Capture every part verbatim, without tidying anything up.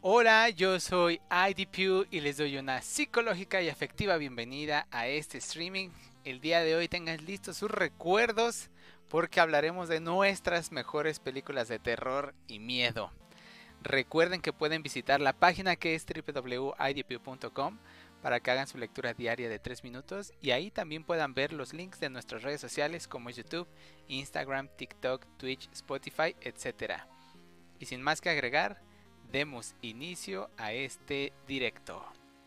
Hola, yo soy IDPew y les doy una psicológica y afectiva bienvenida a este streaming. El día de hoy tengan listos sus recuerdos porque hablaremos de nuestras mejores películas de terror y miedo. Recuerden que pueden visitar la página que es w w w punto i d p u punto com para que hagan su lectura diaria de tres minutos y ahí también puedan ver los links de nuestras redes sociales como YouTube, Instagram, TikTok, Twitch, Spotify, etcétera. Y sin más que agregar, demos inicio a este directo.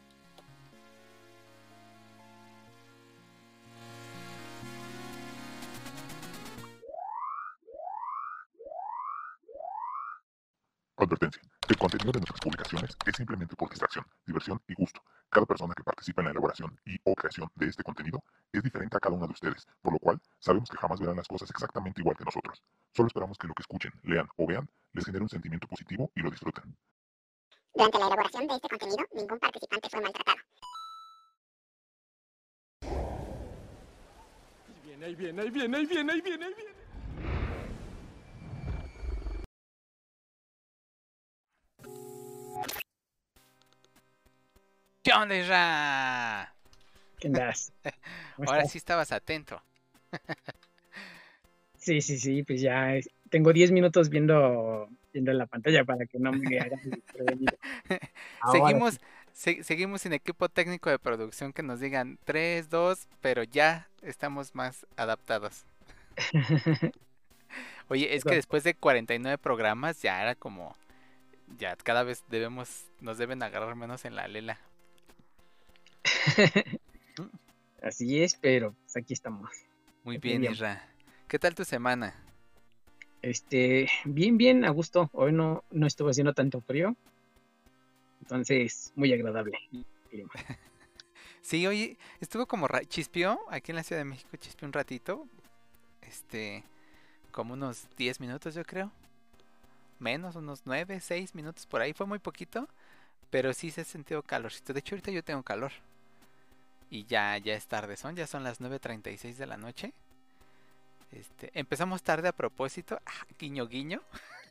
Advertencia. El contenido de nuestras publicaciones es simplemente por distracción, diversión y gusto. Cada persona que participa en la elaboración y o creación de este contenido es diferente a cada uno de ustedes, por lo cual sabemos que jamás verán las cosas exactamente igual que nosotros. Solo esperamos que lo que escuchen, lean o vean les genere un sentimiento positivo y lo disfruten. Durante la elaboración de este contenido, ningún participante fue maltratado. Ahí viene, ahí viene, ahí viene, ahí viene, ahí viene. ¿Qué onda, Isra? ¿Qué andas? Ahora sí estabas atento. Sí, sí, sí, pues ya es- tengo diez minutos viendo, viendo la pantalla para que no me hagan desprevenido. Ahora Seguimos, se- seguimos sin equipo técnico de producción que nos digan tres, dos, pero ya estamos más adaptados. Oye, es que Eso. después de cuarenta y nueve programas ya era como, ya cada vez debemos, nos deben agarrar menos en la lela. Así es, pero pues aquí estamos. Muy Aquí bien, andamos. Isra. ¿Qué tal tu semana? Este, bien, bien, a gusto. Hoy no, no estuvo haciendo tanto frío, entonces muy agradable el clima. Sí, oye, estuvo como ra- chispeó aquí en la Ciudad de México, chispeó un ratito, este, como unos diez minutos yo creo, menos, unos nueve, seis minutos por ahí, fue muy poquito, pero sí se ha sentido calorcito. De hecho, ahorita yo tengo calor y ya, ya es tarde, son, ya son las nueve treinta y seis de la noche. Este, empezamos tarde a propósito, ah, guiño guiño,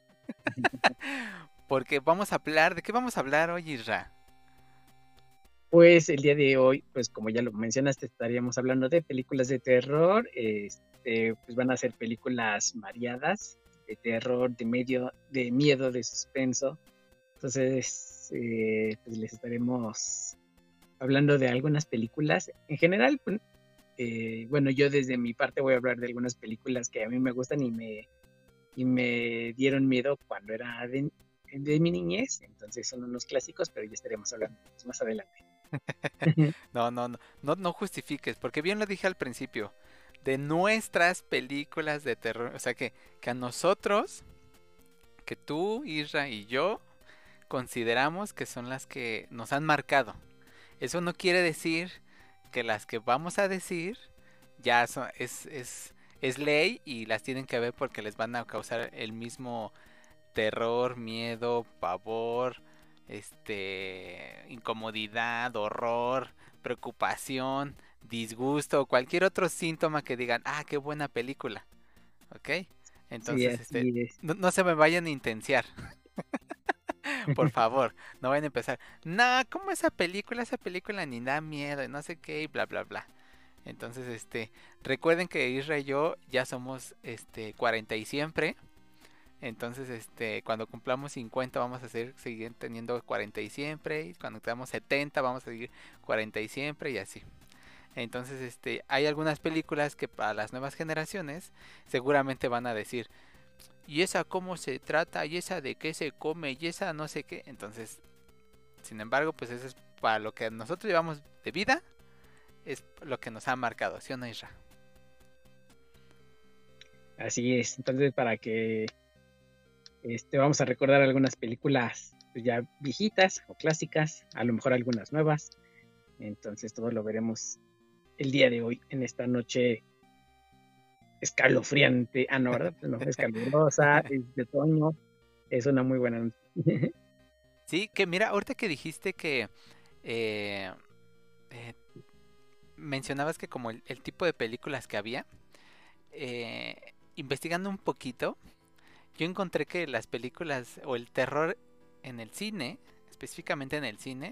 porque vamos a hablar, ¿de qué vamos a hablar hoy, Isra? Pues el día de hoy, pues como ya lo mencionaste, estaríamos hablando de películas de terror. Este, pues van a ser películas variadas, de terror, de medio, de miedo, de suspenso. Entonces, eh, pues les estaremos hablando de algunas películas. En general, pues, eh, bueno, yo desde mi parte voy a hablar de algunas películas que a mí me gustan y me, y me dieron miedo cuando era de, de mi niñez. Entonces son unos clásicos, pero ya estaremos hablando de ellos más adelante. No, no, no, no, no justifiques, porque bien lo dije al principio, de nuestras películas de terror, o sea que, que a nosotros, que tú, Isra y yo, consideramos que son las que nos han marcado. Eso no quiere decir que las que vamos a decir ya son, es, es, es ley y las tienen que ver porque les van a causar el mismo terror, miedo, pavor, este, incomodidad, horror, preocupación, disgusto o cualquier otro síntoma que digan, ah, qué buena película, ¿ok? Sí, Entonces, este, así es. no, no se me vayan a intenciar, por favor, no vayan a empezar, no, ¿cómo esa película? Esa película ni da miedo y no sé qué y bla, bla, bla. Entonces, este, recuerden que Isra y yo ya somos, este, cuarenta y siempre. Entonces, este, cuando cumplamos cincuenta vamos a seguir, seguir teniendo cuarenta y siempre. Y cuando tengamos setenta vamos a seguir cuarenta y siempre y así. Entonces, este, hay algunas películas que para las nuevas generaciones seguramente van a decir, ¿y esa cómo se trata? ¿Y esa de qué se come? ¿Y esa no sé qué? Entonces, sin embargo, pues eso es para lo que nosotros llevamos de vida, es lo que nos ha marcado, ¿sí o no, Isra? Así es. Entonces, para que este, vamos a recordar algunas películas pues, ya viejitas o clásicas, a lo mejor algunas nuevas. Entonces, todo lo veremos el día de hoy, en esta noche escalofriante. Ah, no, ¿verdad? Pues no, es calurosa, es de otoño, es una muy buena noche. Sí, que mira, ahorita que dijiste que eh, eh, mencionabas que como el, el tipo de películas que había, eh, investigando un poquito, yo encontré que las películas o el terror en el cine específicamente en el cine,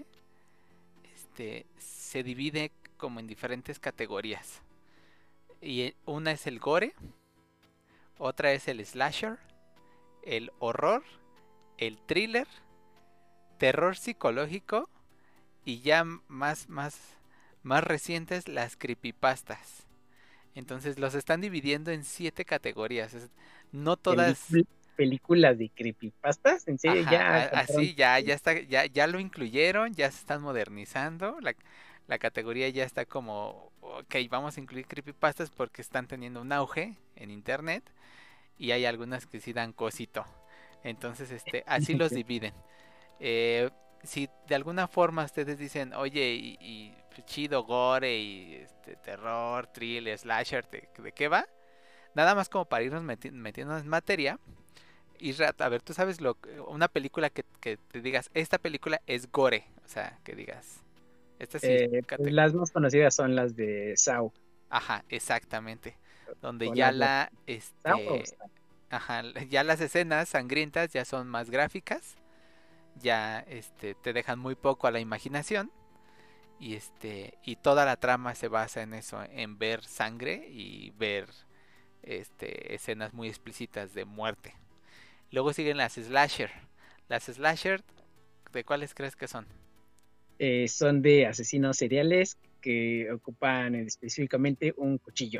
este, se divide como en diferentes categorías. Y eh, una es el gore, otra es el slasher, el horror, el thriller, terror psicológico y ya más, más, más recientes las creepypastas. Entonces los están dividiendo en siete categorías. Es- no todas. Pelicul- películas de creepypastas, en serio, Ajá, ya a- contaron. así ya, ya está, ya, ya lo incluyeron, ya se están modernizando. La, la categoría ya está como, ok, vamos a incluir creepypastas porque están teniendo un auge en internet y hay algunas que sí dan cosito. Entonces, este, así los dividen. Eh, si de alguna forma ustedes dicen, oye, y, y pues, chido, gore y este, terror, thriller, slasher, ¿de, de qué va? Nada más como para irnos meti- metiendo en materia. Y a ver, tú sabes lo que- una película que, que te digas, esta película es gore, o sea, que digas, esta sí es Eh, pues cate- las más conocidas son las de Saw, ajá, exactamente, donde o ya las de la, Saw o este, Saw. ajá, ya las escenas sangrientas ya son más gráficas, ya, este, te dejan muy poco a la imaginación y este, y toda la trama se basa en eso, en ver sangre y ver, este, escenas muy explícitas de muerte. Luego siguen las slasher. Las slasher, ¿de cuáles crees que son? Eh, son de asesinos seriales que ocupan específicamente un cuchillo.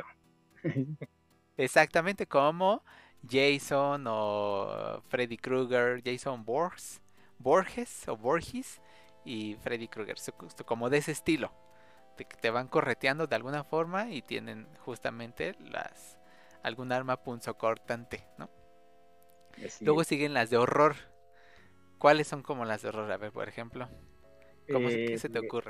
Exactamente como Jason o Freddy Krueger, Jason Borges, Borges o Borges y Freddy Krueger, so- so- como de ese estilo, de que te van correteando de alguna forma y tienen justamente las algún arma punzocortante, ¿no? Así Luego es. siguen las de horror. ¿Cuáles son como las de horror? A ver, por ejemplo, ¿cómo se, qué Eh, se te ocurre?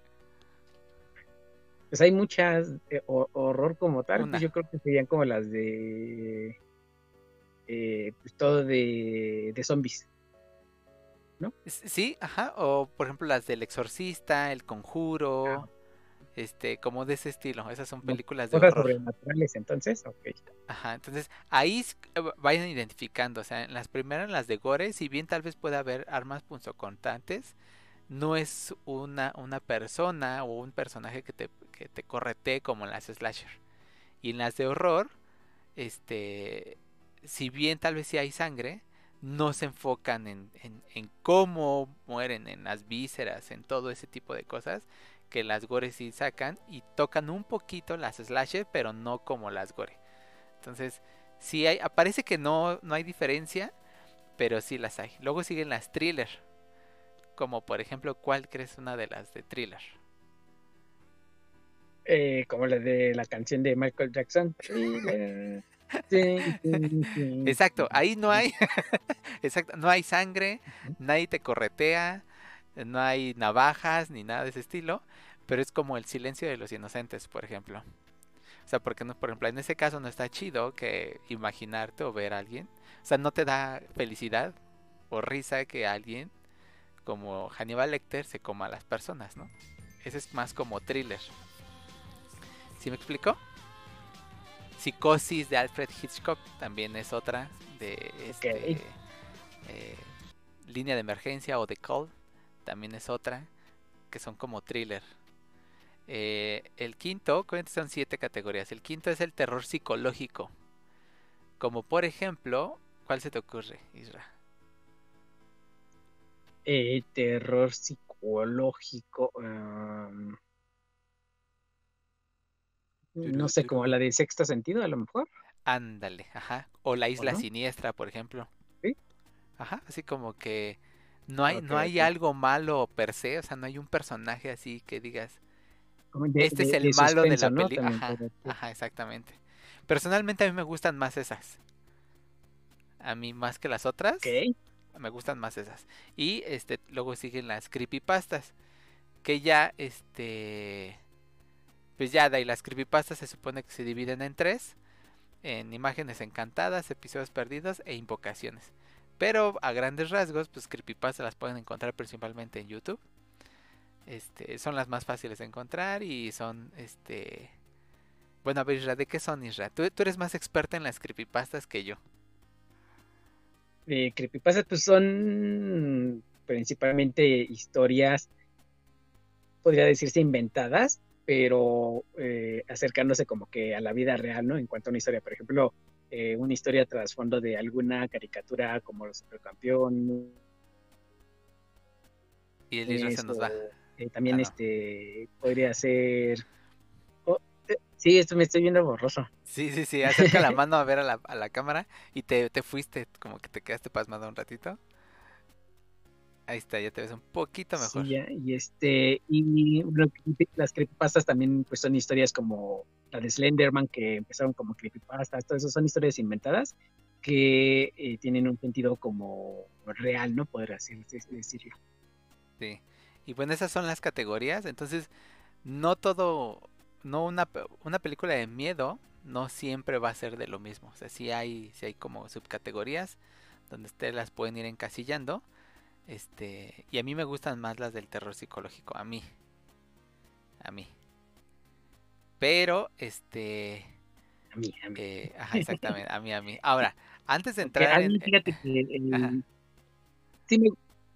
pues hay muchas, eh, ho- horror como tal, pues Una. yo creo que serían como las de eh, pues todo de, de zombies, ¿no? S- Sí, ajá, o por ejemplo las del Exorcista, El Conjuro, este, como de ese estilo, esas son Como películas de cosas horror. sobrenaturales, entonces, ok. Ajá, entonces ahí s- eh, va- vayan identificando, o sea, en las primeras, las de gore, si bien tal vez pueda haber armas punzocortantes, no es una, una persona o un personaje que te, que te corretee como en las slasher. Y en las de horror, este, si bien tal vez sí hay sangre, no se enfocan en, en, en cómo mueren, en las vísceras, en todo ese tipo de cosas que las gore sí sacan y tocan un poquito las slasher, pero no como las gore. Entonces, sí hay, parece que no, no hay diferencia, pero sí las hay. Luego siguen las thriller, como por ejemplo, ¿cuál crees una de las de thriller? Eh, como la de la canción de Michael Jackson. Thriller. Tin, tin, tin, Exacto, tin, ahí no tin. hay, exacto, no hay sangre, nadie te corretea, no hay navajas ni nada de ese estilo, pero es como el silencio de los inocentes, por ejemplo. O sea, porque no, por ejemplo, en ese caso no está chido que imaginarte o ver a alguien. O sea, no te da felicidad o risa que alguien como Hannibal Lecter se coma a las personas, ¿no? Ese es más como thriller. ¿Sí me explico? Psicosis de Alfred Hitchcock también es otra de Ok. este eh, Línea de Emergencia o The Call también es otra que son como thriller. Eh, el quinto, son siete categorías. El quinto es el terror psicológico. Como por ejemplo, ¿cuál se te ocurre, Isra? Eh, terror psicológico. um, no Turu, sé, como la turu. de sexto sentido, a lo mejor. Ándale, ajá. O la ¿O isla no? siniestra, por ejemplo. Sí. Ajá, así como que no hay, Ok, no hay ok. algo malo per se, o sea, no hay un personaje así que digas, Como de, este es de, el de malo de la suspenso, ¿no? peli. También Ajá, podría ser. ajá, exactamente. Personalmente a mí me gustan más esas. A mí más que las Ok. otras, me gustan más esas. Y este, luego siguen las creepypastas, que ya, este, pues ya de ahí las creepypastas se supone que se dividen en tres, en imágenes encantadas, episodios perdidos e invocaciones. Pero a grandes rasgos, pues creepypastas las pueden encontrar principalmente en YouTube. Este, son las más fáciles de encontrar y son, este, bueno, a ver, Isra, ¿de qué son, Isra? Tú, tú eres más experta en las creepypastas que yo. Eh, creepypastas, pues son principalmente historias, podría decirse inventadas, pero eh, acercándose como que a la vida real, ¿no? En cuanto a una historia, por ejemplo, eh, una historia trasfondo de alguna caricatura como Los Supercampeones, Y el libro se nos va. o eh, también Ah, no. este podría ser... oh, eh, sí, esto me estoy viendo borroso. Sí, sí, sí, acerca la mano a ver a la, a la cámara y te, te fuiste, como que te quedaste pasmado un ratito. Ahí está, ya te ves un poquito mejor. Sí, ya, y este, y bueno, las creepypastas también pues son historias como la de Slenderman, que empezaron como creepypastas, todo eso son historias inventadas que eh, tienen un sentido como real, ¿no? Poder así decirlo. Sí. Y bueno, esas son las categorías. Entonces, no todo, no una, pe- una película de miedo no siempre va a ser de lo mismo. O sea, sí hay, sí hay como subcategorías donde ustedes las pueden ir encasillando. Este, y a mí me gustan más las del terror psicológico, a mí, a mí. Pero, este, A mí, a mí. eh, ajá, exactamente, a mí, a mí. Ahora, antes de Porque entrar a en, mí, eh, fíjate que ajá, eh, sí me,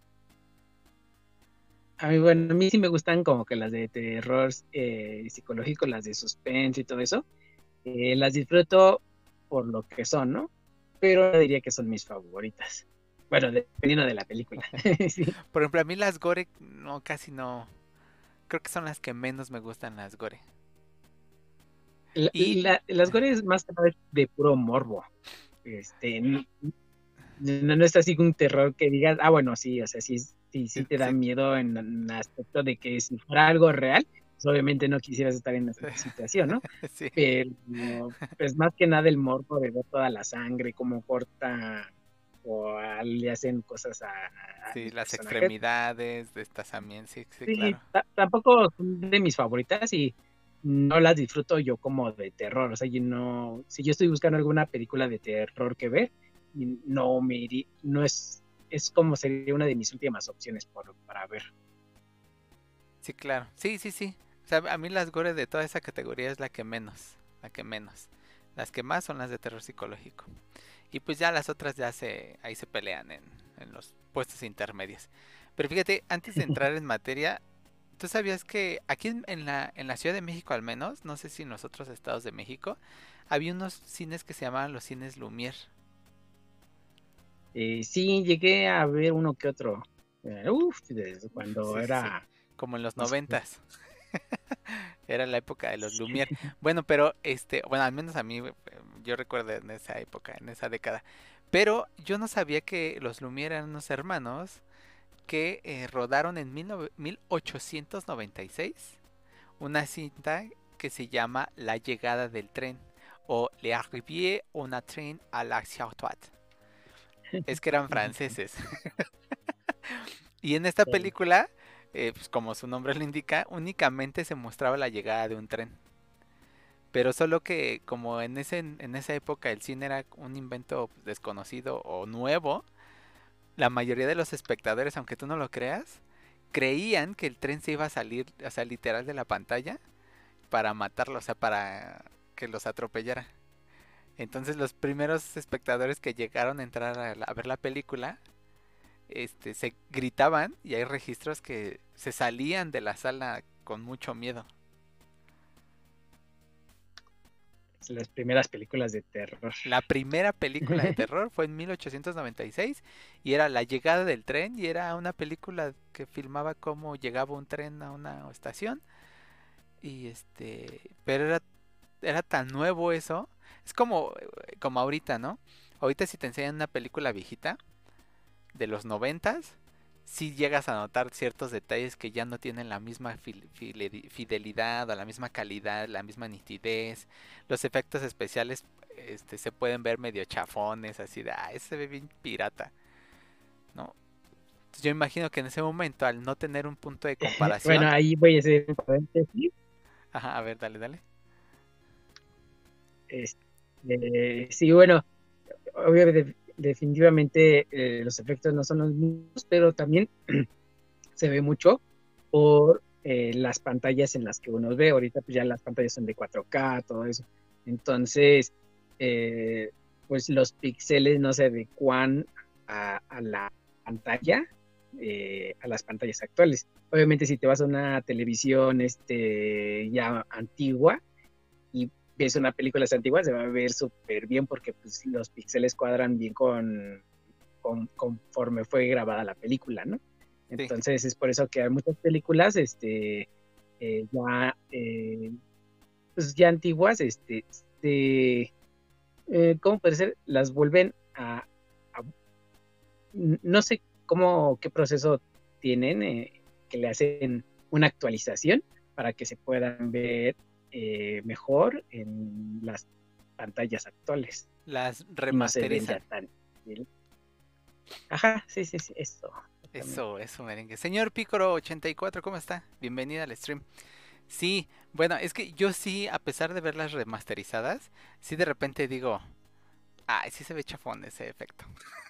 a mí, bueno, a mí sí me gustan como que las de terror eh, psicológico, las de suspense y todo eso. Eh, las disfruto por lo que son, ¿no? Pero no diría que son mis favoritas. Bueno, dependiendo de la película. Sí. por ejemplo, a mí las gore, no, casi no, creo que son las que menos me gustan las gore. La- Y, la- las gores más que nada es de puro morbo. Este, n- no, no es así un terror que digas, ah, bueno, sí, o sea, sí, sí, sí sí, te da sí, miedo en el aspecto de que si fuera algo real, pues obviamente no quisieras estar en esa situación, ¿no? sí, Pero pues más que nada el morbo de ver toda la sangre, cómo corta o a- le hacen cosas a, a sí, los las personajes. extremidades, destazamiento, sí, sí, Sí, claro. ta- tampoco son de mis favoritas y no las disfruto yo como de terror. O sea, yo no, si yo estoy buscando alguna película de terror que ver, y no me irí- no es, es como sería una de mis últimas opciones por, para ver. Sí, claro. Sí, sí, sí. O sea, a mí las gore de toda esa categoría es la que menos, la que menos. Las que más son las de terror psicológico. Y pues ya las otras ya se, ahí se pelean en, en los puestos intermedios. Pero fíjate, antes de entrar en materia, ¿tú sabías que aquí en, en la, en la Ciudad de México al menos, no sé si en los otros estados de México, había unos cines que se llamaban los cines Lumière? Eh, sí, llegué a ver uno que otro. Eh, uf, desde cuando Sí, sí, sí. era Como en los más joven. noventas. Era la época de los Lumière. Bueno, pero este, bueno, al menos a mí eh, yo recuerdo en esa época, en esa década. Pero yo no sabía que los Lumière eran unos hermanos que eh, rodaron en mil nove- mil ochocientos noventa y seis una cinta que se llama La llegada del tren o Le Arrivée un train à l'Artois. Es que eran franceses. Y en esta Eh, película, eh, pues como su nombre lo indica, únicamente se mostraba la llegada de un tren. Pero solo que como en ese, en esa época el cine era un invento pues, desconocido o nuevo, la mayoría de los espectadores, aunque tú no lo creas, creían que el tren se iba a salir, o sea, literal de la pantalla para matarlo, o sea, para que los atropellara. Entonces los primeros espectadores que llegaron a entrar a, la- a ver la película, este, se gritaban y hay registros que se salían de la sala con mucho miedo. las primeras películas de terror. La primera película de terror fue en mil ochocientos noventa y seis y era La llegada del tren y era una película que filmaba cómo llegaba un tren a una estación y este, pero era era tan nuevo eso. Es como como ahorita, ¿no? Ahorita si te enseñan una película viejita de los noventas, si llegas a notar ciertos detalles que ya no tienen la misma fil- file- fidelidad o la misma calidad, la misma nitidez. Los efectos especiales este, se pueden ver medio chafones, así de, ah, ese se ve bien pirata, ¿no? Entonces, yo imagino que en ese momento, al no tener un punto de Bueno, comparación, ahí voy a hacer un paréntesis. ajá, a ver, dale, dale. Este, sí, bueno, obviamente, definitivamente eh, los efectos no son los mismos, pero también se ve mucho por eh, las pantallas en las que uno ve. Ahorita pues ya las pantallas son de cuatro K, todo eso. Entonces, eh, pues los píxeles no se adecuan a, a la pantalla eh, a las pantallas actuales. Obviamente si te vas a una televisión este, ya antigua y ves una película antigua, se va a ver súper bien porque pues, los píxeles cuadran bien con, con, conforme fue grabada la película, ¿no? Entonces sí. Es por eso que hay muchas películas este, eh, ya, eh, pues, ya antiguas, este, este eh, ¿cómo puede ser? Las vuelven a, a no sé cómo, qué proceso tienen, eh, que le hacen una actualización para que se puedan ver eh, mejor en las pantallas actuales. Las remasterizan. No tan bien. Ajá, sí, sí, sí, eso. Eso, eso, merengue. Señor Picoro ochenta y cuatro, ¿cómo está? Bienvenida al stream. Sí, bueno, es que yo sí, a pesar de verlas remasterizadas, sí de repente digo, ay, sí se ve chafón ese efecto.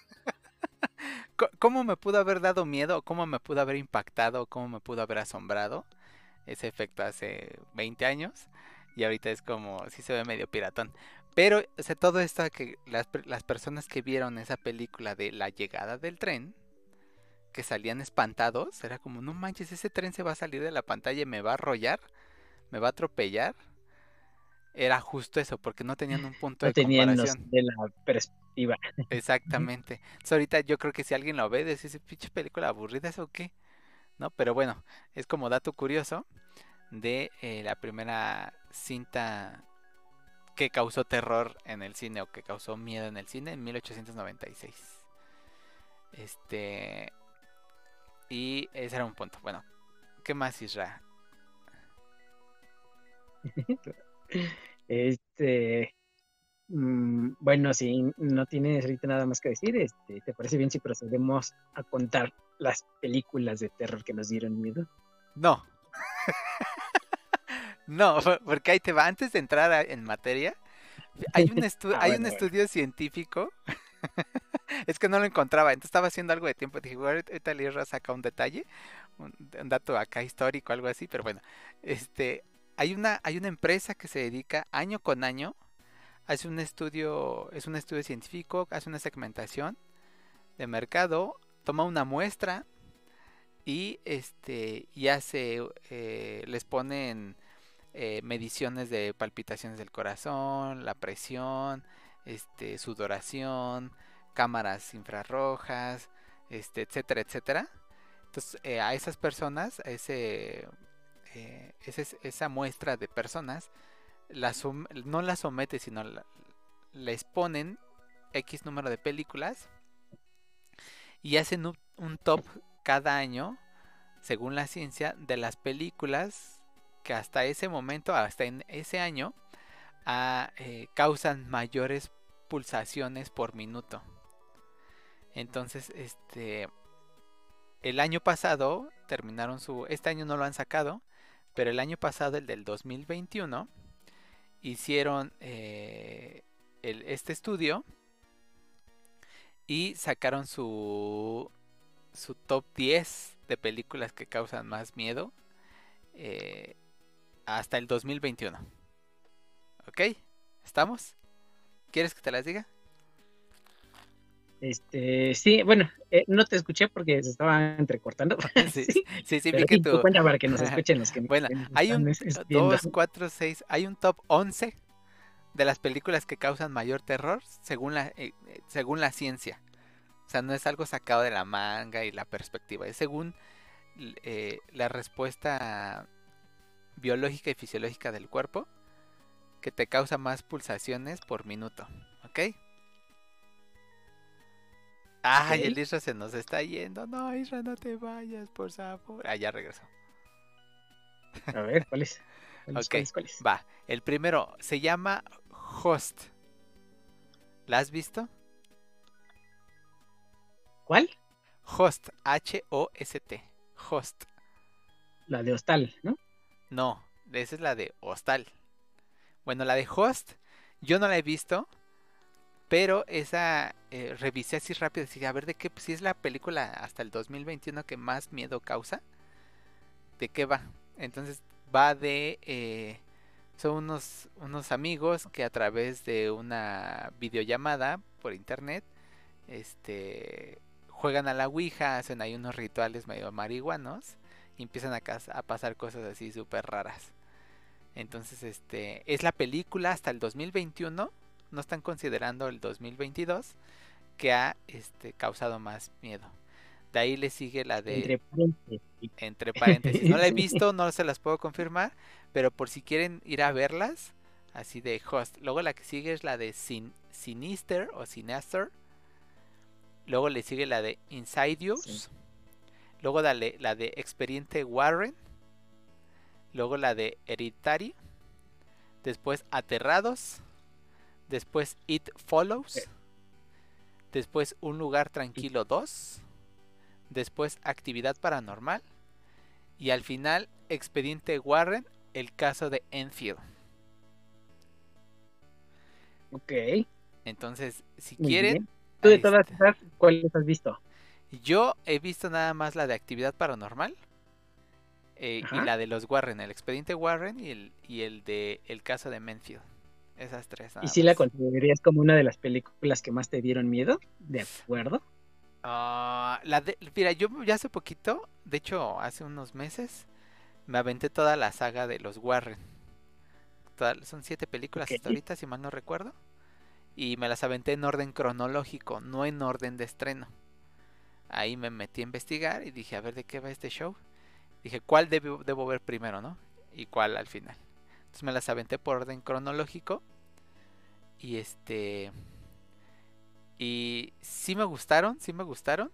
¿Cómo me pudo haber dado miedo? ¿Cómo me pudo haber impactado? ¿Cómo me pudo haber asombrado ese efecto hace veinte años? Y ahorita es como, sí se ve medio piratón. Pero, o sea, todo esto que las, las personas que vieron esa película de La llegada del tren, que salían espantados, era como, no manches, ese tren se va a salir de la pantalla y me va a arrollar, me va a atropellar. Era justo eso, porque no tenían un punto no de tenían comparación. De la perspectiva. Exactamente. Entonces, ahorita yo creo que si alguien lo ve, dice, pinche película aburrida, ¿eso qué? ¿No? Pero bueno, es como dato curioso de eh, la primera cinta que causó terror en el cine o que causó miedo en el cine en mil ochocientos noventa y seis. Este... Y ese era un punto. Bueno, ¿qué más, Isra? Este... Mm, bueno, si no tienes ahorita nada más que decir, este, ¿te parece bien si procedemos a contar las películas de terror que nos dieron miedo? No. No, porque ahí te va. Antes de entrar a, en materia, hay un, estu ah, hay bueno, un bueno. estudio científico. Es que no lo encontraba, entonces estaba haciendo algo de tiempo. Dije, bueno, ahorita Lierra saca un detalle, un, un dato acá histórico, algo así, pero bueno. Este, hay una, hay una empresa que se dedica año con año. Hace un estudio, es un estudio científico, hace una segmentación de mercado, toma una muestra y este y hace, eh, les ponen eh, mediciones de palpitaciones del corazón, la presión, este, sudoración, cámaras infrarrojas, este, etcétera, etcétera. Entonces eh, a esas personas, a ese, eh, ese, esa muestra de personas, La no la somete, sino la, les ponen X número de películas y hacen un, un top cada año, según la ciencia, de las películas que hasta ese momento, hasta en ese año, a, eh, causan mayores pulsaciones por minuto. Entonces, este, el año pasado terminaron su, este año no lo han sacado, pero el año pasado, el del dos mil veintiuno, hicieron eh, el, este estudio y sacaron su, su top diez de películas que causan más miedo eh, hasta el dos mil veintiuno. ¿Ok? ¿Estamos? ¿Quieres que te las diga? Este, sí, bueno, eh, no te escuché porque se estaba entrecortando. Sí, sí, sí, sí, vi que tú... cuenta para que nos escuchen los que bueno, nos hay un dos, cuatro, seis, hay un top once de las películas que causan mayor terror según la, eh, según la ciencia. O sea, no es algo sacado de la manga y la perspectiva, es según eh, la respuesta biológica y fisiológica del cuerpo que te causa más pulsaciones por minuto, ¿ok? Ay, okay. El Isra se nos está yendo. No, Isra, no te vayas, por favor. Ah, ya regresó. A ver, ¿cuál es? ¿Cuál es, okay. cuál es, cuál es? Va, el primero se llama Host. ¿La has visto? ¿Cuál? Host, H O S T. Host. La de Hostal, ¿no? No, esa es la de Hostal. Bueno, la de Host, yo no la he visto, pero esa eh, revisé así rápido, así, a ver de qué, si es la película hasta el dos mil veintiuno que más miedo causa, ¿de qué va? Entonces va de, eh, son unos, unos amigos que a través de una videollamada por internet, este, juegan a la Ouija, hacen ahí unos rituales medio marihuanos y empiezan a, cas- a pasar cosas así súper raras. Entonces, este, es la película hasta el dos mil veintiuno, no están considerando el dos mil veintidós, que ha este, causado más miedo. De ahí le sigue la de, Entre paréntesis. entre paréntesis, no la he Sí. visto, no se las puedo confirmar, pero por si quieren ir a verlas, así de Host. Luego la que sigue es la de Sin Sinister o Sinister. Luego le sigue la de Insidious. Sí. Luego dale, la de Expediente Warren. Luego la de Hereditary. Después Aterrados. Después It Follows. Eh. Después Un Lugar Tranquilo dos. Después Actividad Paranormal. Y al final Expediente Warren, el caso de Enfield. Ok, Entonces, si muy quieren, bien. Tú de ahí todas está. esas, ¿cuáles has visto? Yo he visto nada más la de Actividad Paranormal. eh, y Ajá. la de los Warren, el Expediente Warren y el, y el de el caso de Menfield. Esas tres nada ¿Y si la más. considerarías como una de las películas que más te dieron miedo? ¿De acuerdo? Ah, la de, mira, yo ya hace poquito, de hecho hace unos meses, me aventé toda la saga de los Warren. Toda- son siete películas Ok. hasta ahorita, si mal no recuerdo. Y me las aventé en orden cronológico, no en orden de estreno. Ahí me metí a investigar y dije, a ver de qué va este show. Dije, ¿cuál debo, debo ver primero, no? Y cuál al final. Entonces me las aventé por orden cronológico. Y este... Y sí me gustaron, sí me gustaron.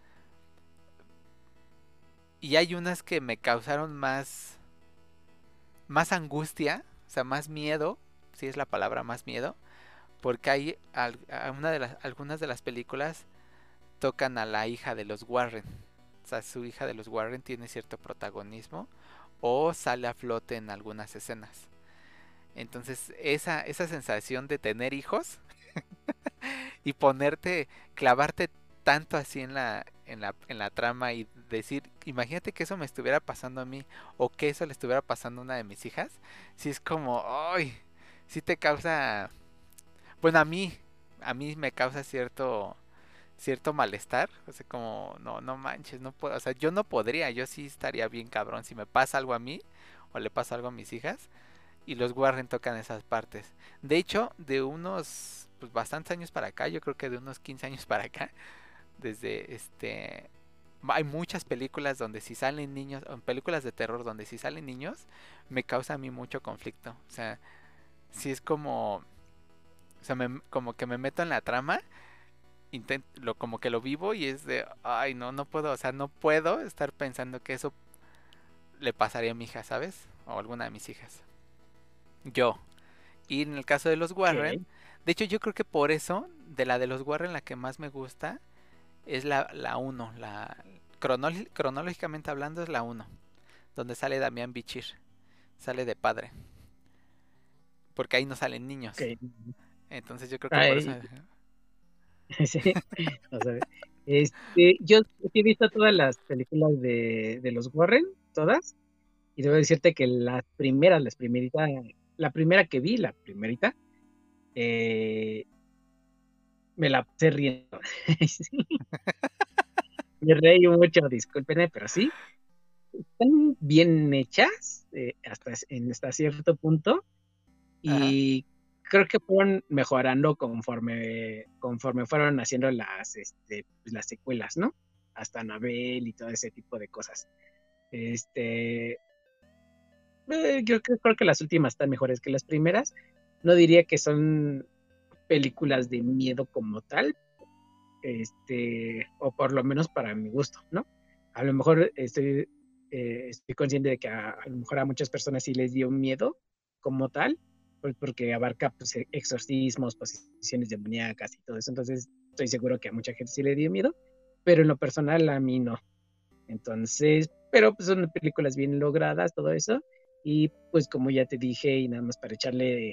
Y hay unas que me causaron más... Más angustia, o sea, más miedo. Sí es la palabra, más miedo. Porque hay al- a una de las, algunas de las películas tocan a la hija de los Warren. O sea, su hija de los Warren tiene cierto protagonismo o sale a flote en algunas escenas. Entonces, esa, esa sensación de tener hijos y ponerte, clavarte tanto así en la, en la, en la trama y decir, imagínate que eso me estuviera pasando a mí o que eso le estuviera pasando a una de mis hijas, si es como, ay, si te causa, bueno, a mí, a mí me causa cierto cierto malestar, o sea, como, no, no manches, no puedo, o sea, yo no podría, yo sí estaría bien cabrón si me pasa algo a mí o le pasa algo a mis hijas y los Warren tocan esas partes. De hecho, de unos, pues bastantes años para acá, yo creo que de unos quince años para acá, desde este, hay muchas películas donde si salen niños, o películas de terror donde si salen niños, me causa a mí mucho conflicto, o sea, si es como, o sea, me, como que me meto en la trama intent- lo como que lo vivo y es de, ay, no, no puedo, o sea, no puedo estar pensando que eso le pasaría a mi hija, ¿sabes? O a alguna de mis hijas. Yo. Y en el caso de los Warren, Ok. de hecho yo creo que por eso, de la de los Warren, la que más me gusta es la, la uno, la cronol- cronológicamente hablando es la uno, donde sale Damián Bichir, sale de padre, porque ahí no salen niños. Ok. Entonces yo creo que por eso... Ay, sí, o sea, este, yo sí he visto todas las películas de, de los Warren, todas, y debo decirte que las primeras, las primeritas, la primera que vi, la primerita, eh, me la pasé riendo. Sí, me reí mucho, discúlpenme, pero sí, están bien hechas eh, hasta, en, hasta cierto punto, Ajá. y creo que fueron mejorando conforme, conforme fueron haciendo las, este, pues, las secuelas, ¿no? Hasta Anabel y todo ese tipo de cosas. Este, eh, yo creo, creo que las últimas están mejores que las primeras. No diría que son películas de miedo como tal, este, o por lo menos para mi gusto, ¿no? A lo mejor estoy, eh, estoy consciente de que a, a lo mejor a muchas personas sí les dio miedo como tal, pues porque abarca pues, e- exorcismos, posesiones demoníacas y todo eso. Entonces, estoy seguro que a mucha gente sí le dio miedo, pero en lo personal a mí no. Entonces, pero pues son películas bien logradas, todo eso. Y pues como ya te dije, y nada más para echarle,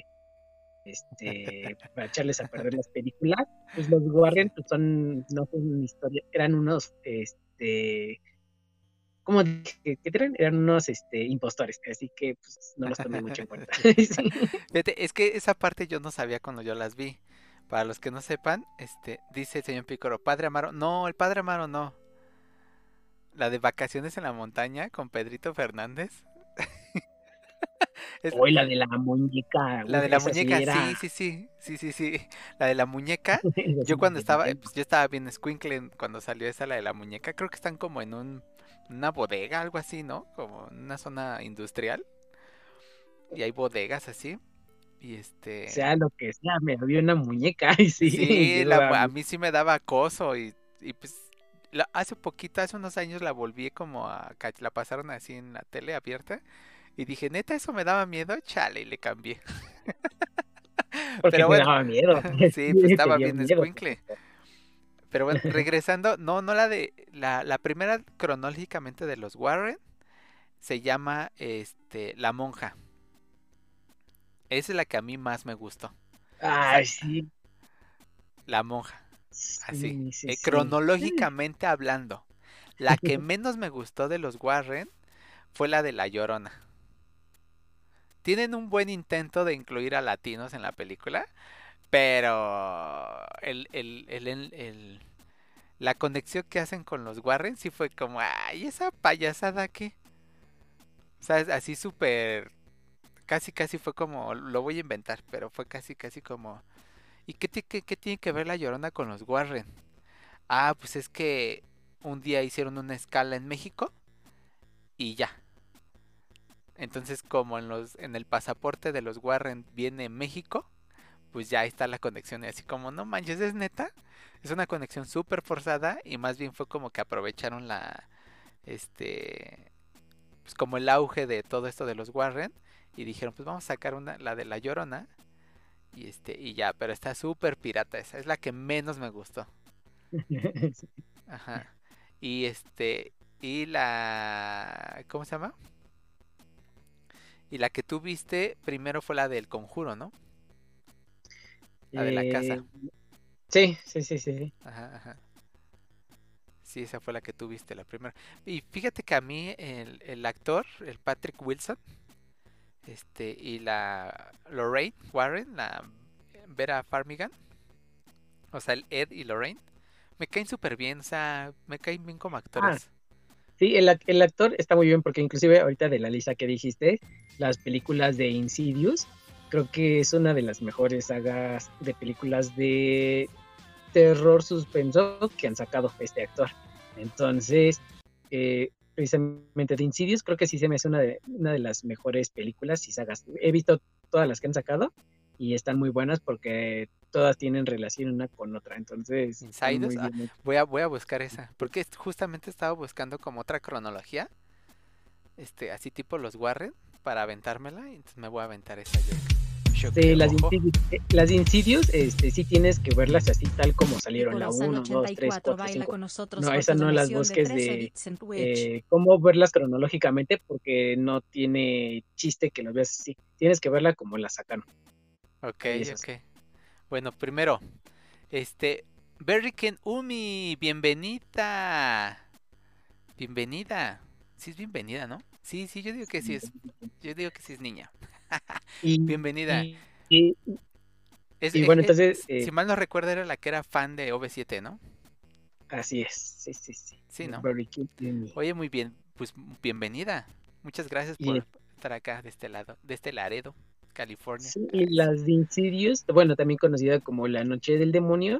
este, para echarles a perder las películas, pues los Sí. Warren pues son, no son una historia, eran unos, este, ¿cómo dije? ¿Qué eran? Eran unos, este, impostores, así que pues no los tomé mucho en cuenta. Sí. Fíjate, es que esa parte yo no sabía cuando yo las vi. Para los que no sepan, este, dice el señor Picoro, Padre Amaro. No, el Padre Amaro no. La de Vacaciones en la Montaña con Pedrito Fernández. Es Hoy la de la muñeca, la uf, de la esa sí muñeca, era. sí, sí, sí, sí, sí, sí. La de la muñeca. Esa Yo sí me cuando estaba, eh, aventé. pues yo estaba bien escuincle cuando salió esa, la de la muñeca. Creo que están como en un, una bodega, algo así, ¿no? Como en una zona industrial. Y hay bodegas así. Y este, Sea lo que sea, me había una muñeca y sí, sí, yo la, a a mí. mí sí me daba acoso y, y pues la- hace poquito, hace unos años la volví como a, cach- la pasaron así en la tele abierta y dije, neta, eso me daba miedo, chale, y le cambié. Porque Pero te bueno, daba miedo. sí, pues Sí, te estaba dio bien miedo. escuincle. Pero bueno, regresando, no, no la de, la, la primera cronológicamente de los Warren se llama, este, La Monja. Esa es la que a mí más me gustó. O sea, Ay, sí, La Monja, así. sí, sí, Eh, sí. cronológicamente hablando, la que menos me gustó de los Warren fue la de La Llorona. Tienen un buen intento de incluir a latinos en la película, pero el, el, el, el- el- la conexión que hacen con los Warren sí fue como, ay, esa payasada que, o sea, es así súper, casi casi fue como, lo voy a inventar, pero fue casi casi como, ¿y qué, ti- qué, qué tiene que ver La Llorona con los Warren? Ah, pues es que un día hicieron una escala en México y ya. Entonces, como en los en el pasaporte de los Warren viene México, pues ya está la conexión. Y así como, no manches, es neta. Es una conexión súper forzada y más bien fue como que aprovecharon la, este, pues como el auge de todo esto de los Warren y dijeron, pues vamos a sacar una, la de La Llorona y este, y ya, pero está súper pirata esa, es la que menos me gustó. Ajá. Y este, y la, ¿cómo se llama? Y la que tú viste primero fue la del Conjuro, ¿no? La de la Eh, casa. sí, sí, sí, sí, sí. Ajá, ajá. Sí, esa fue la que tú viste, la primera. Y fíjate que a mí el, el actor, el Patrick Wilson, este, y la Lorraine Warren, la Vera Farmigan, o sea, el Ed y Lorraine, me caen súper bien, o sea, me caen bien como Ah, actores. sí, el, ac- el actor está muy bien porque inclusive ahorita de la lista que dijiste, las películas de Insidious, creo que es una de las mejores sagas de películas de terror suspenso que han sacado este actor. Entonces, eh, precisamente de Insidious, creo que sí se me hace una de, una de las mejores películas y sagas. He visto todas las que han sacado y están muy buenas porque todas tienen relación una con otra. Entonces, están Insiders, muy ah, bien hechas. voy a, voy a buscar esa, porque es- justamente estaba buscando como otra cronología, este, así tipo los Warren, para aventármela, y entonces me voy a aventar esa yo. Yo Sí, creo, las ojo. Insidious, eh, las Insidious, este, sí tienes que verlas así tal como salieron, la Nicolás uno, dos, tres, ochenta y cuatro cuatro, baila cinco. con nosotros No, por tu esas no las donación de busques trece de bits en Twitch. eh, cómo verlas cronológicamente porque no tiene chiste que las veas así. Tienes que verla como la sacaron. Ok, Ahí es así. ok. Bueno, primero, este, Berriken Umi, bienvenida. Bienvenida. Sí es bienvenida, ¿no? Sí, sí, yo digo que sí es. Yo digo que sí es niña. Y, Bienvenida. y, y, Es, y es- bueno, es- entonces, s- eh, si mal no recuerdo, era la que era fan de O V siete, ¿no? así es. Sí, sí, sí. Sí, de ¿no? Barry King Uni. Oye, muy bien. Pues bienvenida. Muchas gracias Y, por estar acá de este lado, de este Laredo, California. sí, y Ay, sí. las de Insidious, bueno, también conocida como La Noche del Demonio,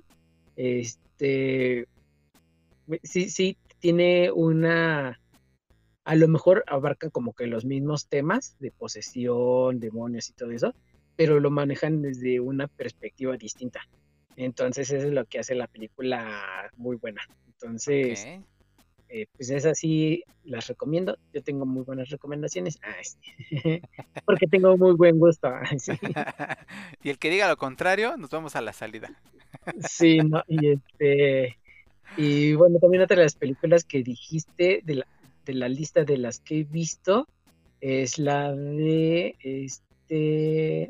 este, sí, sí, tiene una, a lo mejor abarca como que los mismos temas de posesión, demonios y todo eso, pero lo manejan desde una perspectiva distinta. Entonces eso es lo que hace la película muy buena. Ok. Entonces, eh, pues esas sí las recomiendo. Yo tengo muy buenas recomendaciones. Ah, sí. Porque tengo muy buen gusto. Ah, sí, Y el que diga lo contrario, nos vamos a la salida. sí, no, y este, y bueno, también otra de las películas que dijiste de la, de la lista de las que he visto es la de este,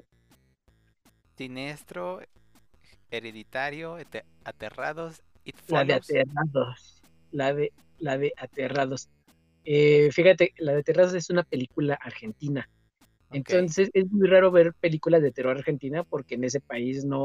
Siniestro, Hereditario, Ete- Aterrados, It la de Follows. Aterrados, la de, la de Aterrados. Eh, fíjate, la de Aterrados es una película argentina. Ok. Entonces es muy raro ver películas de terror argentina porque en ese país no es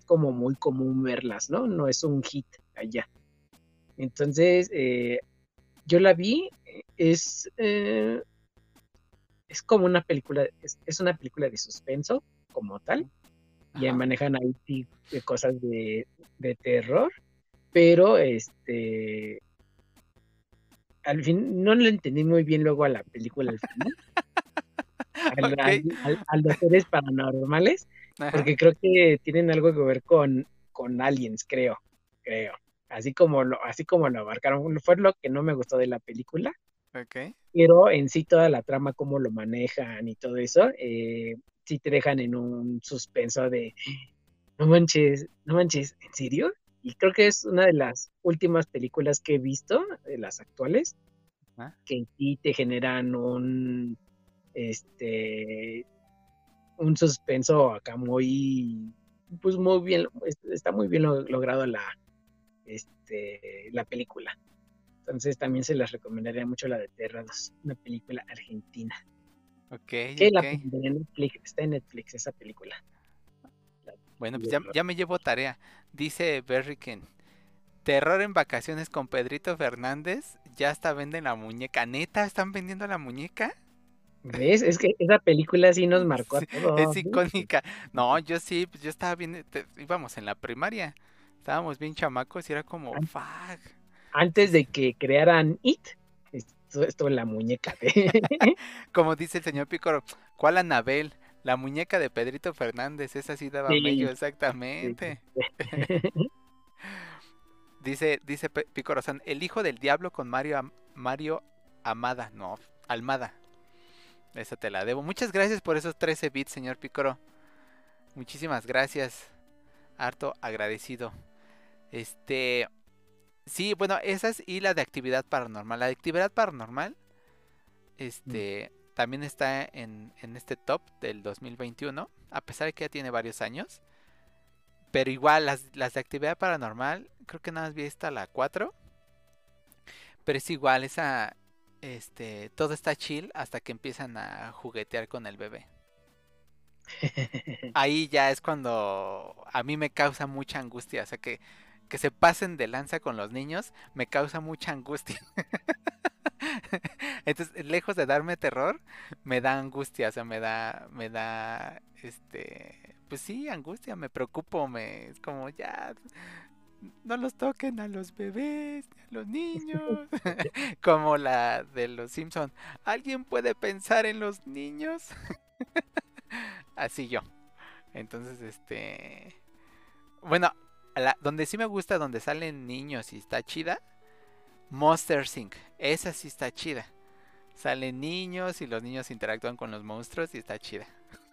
como muy común verlas, ¿no? No es un hit allá. Entonces, eh, yo la vi, es, eh, es como una película, es, es una película de suspenso como tal, y Ajá. manejan ahí sí, de cosas de, de terror, pero este, al fin, no lo entendí muy bien luego a la película al final, al- Ok. al- al- a los seres paranormales, Ajá. porque creo que tienen algo que ver con, con aliens, creo, creo. Así como lo, así como lo abarcaron, fue lo que no me gustó de la película, Ok. pero en sí toda la trama, cómo lo manejan y todo eso, eh, sí te dejan en un suspenso de, no manches, no manches, ¿en serio? Y creo que es una de las últimas películas que he visto, de las actuales, Ah, que sí te generan un, este, un suspenso acá muy, pues muy bien, está muy bien lo- logrado la, este, la película. Entonces también se las recomendaría mucho la de Terra dos, una película argentina. ok, Que la ok. pueden ver en Netflix, está en Netflix esa película. La Bueno, pues de ya, terror. ya me llevo tarea. Dice Berriken, terror en vacaciones con Pedrito Fernández. Ya hasta venden la muñeca. ¿Neta están vendiendo la muñeca? ¿Ves? Es que esa película sí nos marcó a Sí, es todos, ¿sí? icónica. No, yo sí, pues yo estaba bien, te- íbamos en la primaria. Estábamos bien chamacos y era como, An- fuck. Sí, Antes sí. de que crearan It, esto, esto la muñeca de... Como dice el señor Pícoro, ¿cuál Anabel? La muñeca de Pedrito Fernández, esa sí daba mello, Sí, sí. exactamente. Dice, dice Pe- Pícoro San, el hijo del diablo con Mario, Am- Mario Amada, no, Almada. Esa te la debo. Muchas gracias por esos trece bits, señor Pícoro. Muchísimas gracias. Harto agradecido. Este, sí, bueno, esas y la de actividad paranormal. La de actividad paranormal, este, también está en, en este top del dos mil veintiuno, a pesar de que ya tiene varios años. Pero igual, las, las de actividad paranormal, creo que nada más vi esta la cuatro. Pero es igual, esa, este, todo está chill hasta que empiezan a juguetear con el bebé. Ahí ya es cuando a mí me causa mucha angustia, o sea que que se pasen de lanza con los niños me causa mucha angustia. Entonces, lejos de darme terror, me da angustia, o sea, me da me da este, pues sí, angustia, me preocupo, me es como ya no los toquen a los bebés, ni a los niños. Como la de los Simpson. ¿Alguien puede pensar en los niños? Así yo. Entonces, este, bueno, la- donde sí me gusta, donde salen niños y está chida, Monster inc. Esa sí está chida. Salen niños y los niños interactúan con los monstruos y está chida.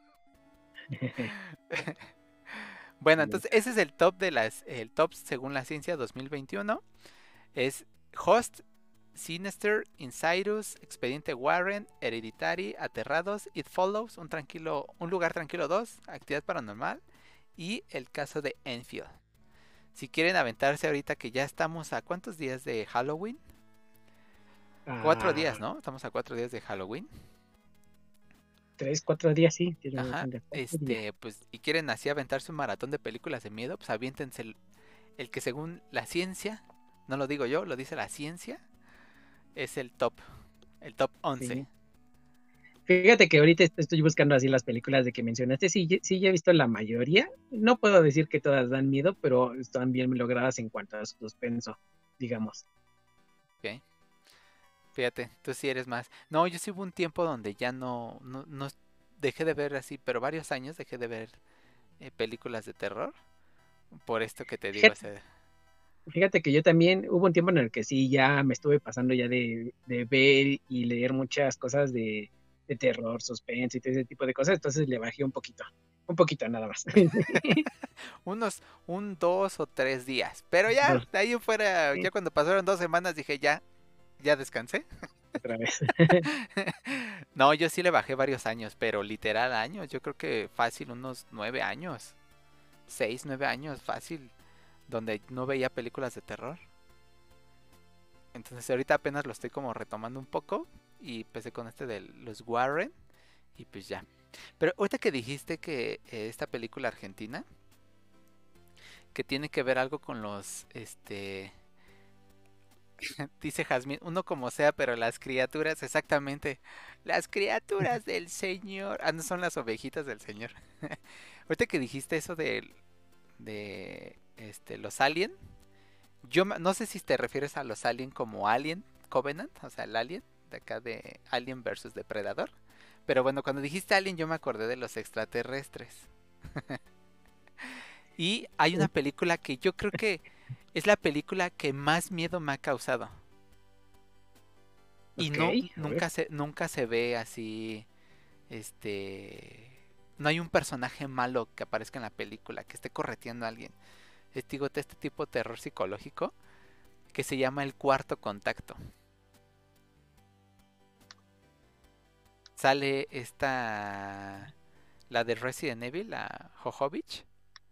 Bueno, entonces ese es el top de las, el top según la ciencia dos mil veintiuno. Es Host, Sinister, Insidious, Expediente Warren, Hereditary, Aterrados, It Follows, Un tranquilo, Un lugar tranquilo dos, Actividad paranormal y el caso de Enfield. Si quieren aventarse ahorita que ya estamos a ¿cuántos días de Halloween? Cuatro días, Ah, ¿no? Estamos a cuatro días de Halloween. tres, cuatro días, sí, tiene Ajá. razón, de cuatro días. Este, pues, y quieren así aventarse un maratón de películas de miedo, pues aviéntense el, el que según la ciencia, no lo digo yo, lo dice la ciencia, es el top, el top once. Sí. Fíjate que ahorita est- estoy buscando así las películas de que mencionaste. Sí, ye- sí, ya he visto la mayoría. No puedo decir que todas dan miedo, pero están bien logradas en cuanto a suspenso, digamos. ¿Ok? Fíjate, tú sí eres más. No, yo sí hubo un tiempo donde ya no, no, no dejé de ver así, pero varios años dejé de ver eh, películas de terror. Por esto que te digo, o Fíjate, sea, fíjate que yo también hubo un tiempo en el que sí ya me estuve pasando ya de, de ver y leer muchas cosas de, de terror, suspenso y todo ese tipo de cosas. Entonces le bajé un poquito, un poquito nada más. unos, un dos o tres días. Pero ya, Dos, de ahí en fuera, sí, ya cuando pasaron dos semanas dije ya, ya descansé. otra vez. No, yo sí le bajé varios años, pero literal años, yo creo que fácil unos nueve años, seis, nueve años, fácil, donde no veía películas de terror. Entonces ahorita apenas lo estoy como retomando un poco y empecé con este de los Warren y pues ya. Pero ahorita que dijiste que eh, esta película argentina, que tiene que ver algo con los, este, dice Jazmín, uno como sea, pero las criaturas, exactamente, las criaturas del Señor, ah, no son las ovejitas del Señor. Ahorita que dijiste eso de, de, este, los Alien, yo ma- no sé si te refieres a los Alien como Alien Covenant, o sea, el Alien, de acá de Alien versus Depredador. Pero bueno, cuando dijiste Alien yo me acordé de los extraterrestres. Y hay una película que yo creo que es la película que más miedo me ha causado. Y Ok, no, a ver. nunca se, nunca se ve así, este, no hay un personaje malo que aparezca en la película, que esté correteando a alguien. Es digo, de este tipo de terror psicológico que se llama El Cuarto Contacto. Sale esta, la de Resident Evil, la Jojovich,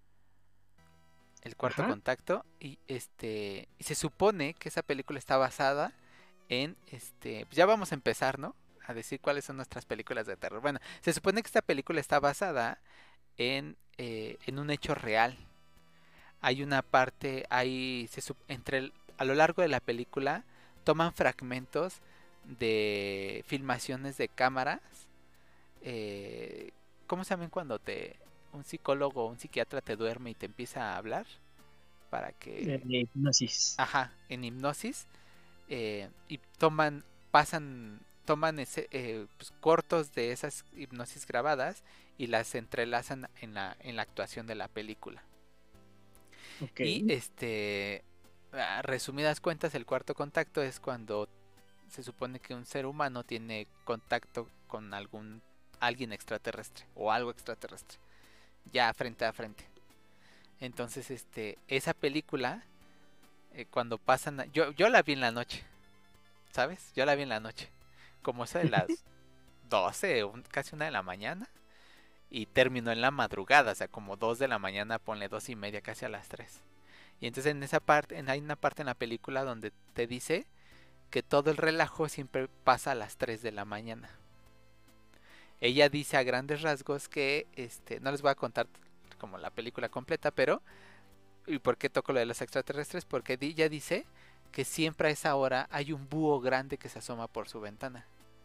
El Cuarto Ajá. Contacto, y este, y se supone que esa película está basada en, este, pues ya vamos a empezar, ¿no? A decir cuáles son nuestras películas de terror. Bueno, se supone que esta película está basada en, eh, en un hecho real. Hay una parte, hay, se, sup- entre el- a lo largo de la película toman fragmentos de filmaciones de cámaras. eh, ¿Cómo se llaman cuando te un psicólogo o un psiquiatra te duerme y te empieza a hablar? Para Eh, que, hipnosis. ajá, en hipnosis, eh, y toman, pasan, toman ese, eh, pues, cortos de esas hipnosis grabadas y las entrelazan en la, en la actuación de la película. Ok. Y este, a resumidas cuentas, el cuarto contacto es cuando se supone que un ser humano tiene contacto con algún alguien extraterrestre o algo extraterrestre, ya frente a frente. Entonces, este, esa película, eh, cuando pasan, a- yo, yo la vi en la noche, ¿sabes? Yo la vi en la noche, como eso de las doce, un- casi una de la mañana, y terminó en la madrugada, o sea, como dos de la mañana, ponle dos y media, casi a las tres. Y entonces en esa parte, en, hay una parte en la película donde te dice que todo el relajo siempre pasa a las tres de la mañana. Ella dice a grandes rasgos que, este, no les voy a contar como la película completa, pero ¿y por qué toco lo de los extraterrestres? Porque di- ella dice que siempre a esa hora hay un búho grande que se asoma por su ventana.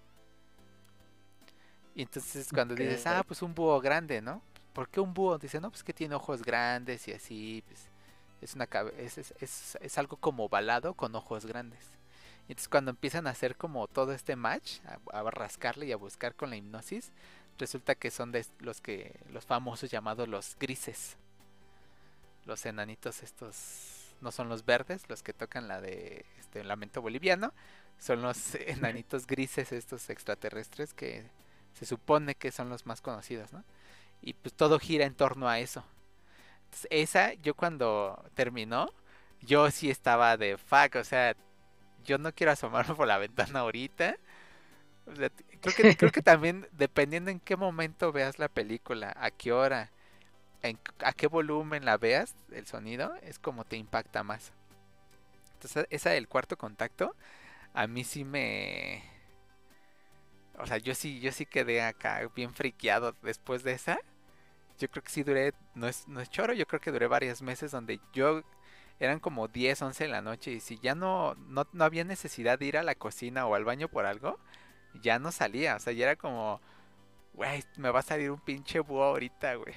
Y entonces cuando dices, ah, Ok. pues un búho grande, ¿no? ¿Por qué un búho? Dice, no, pues que tiene ojos grandes y así, pues es una cabe- es, es, es, es algo como ovalado con ojos grandes. Y entonces cuando empiezan a hacer como todo este match, a, a rascarle y a buscar con la hipnosis, resulta que son de los que los famosos llamados los grises. Los enanitos estos no son los verdes, los que tocan la de este Lamento Boliviano, son los enanitos grises estos extraterrestres que se supone que son los más conocidos, ¿no? Y pues todo gira en torno a eso. Entonces, esa, yo cuando terminó, yo sí estaba de fuck, o sea, yo no quiero asomarme por la ventana ahorita. O sea, t- creo que creo que también dependiendo en qué momento veas la película, a qué hora, en c- a qué volumen la veas, el sonido, es como te impacta más. Entonces, esa del cuarto contacto, a mí sí me, o sea, yo sí, yo sí quedé acá bien friqueado después de esa. Yo creo que sí duré, no es, no es choro, yo creo que duré varios meses donde yo eran como diez once de la noche y si ya no, no, no había necesidad de ir a la cocina o al baño por algo, ya no salía, o sea, ya era como, güey, me va a salir un pinche búho ahorita, güey.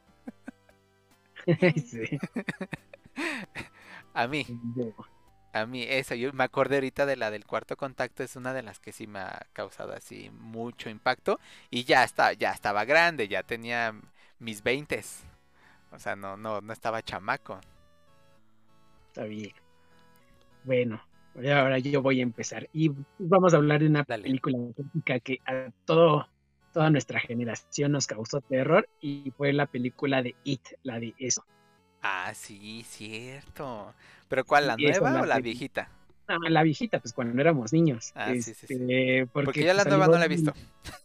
Sí. A mí, Bo- a mí, eso, yo me acordé ahorita de la del cuarto contacto, es una de las que sí me ha causado así mucho impacto y ya está, ya estaba grande, ya tenía mis veintes, o sea, no, no, no estaba chamaco. Está bien. Bueno, y ahora yo voy a empezar. Y vamos a hablar de una Dale. película clásica que a todo, toda nuestra generación nos causó terror y fue la película de It, la de eso. Ah, sí, cierto. ¿Pero cuál, la Y esa nueva la o la peli- viejita? ah, la viejita, pues cuando éramos niños. Ah, sí, sí, sí. Este, Porque porque yo pues la nueva no salimos, la he visto.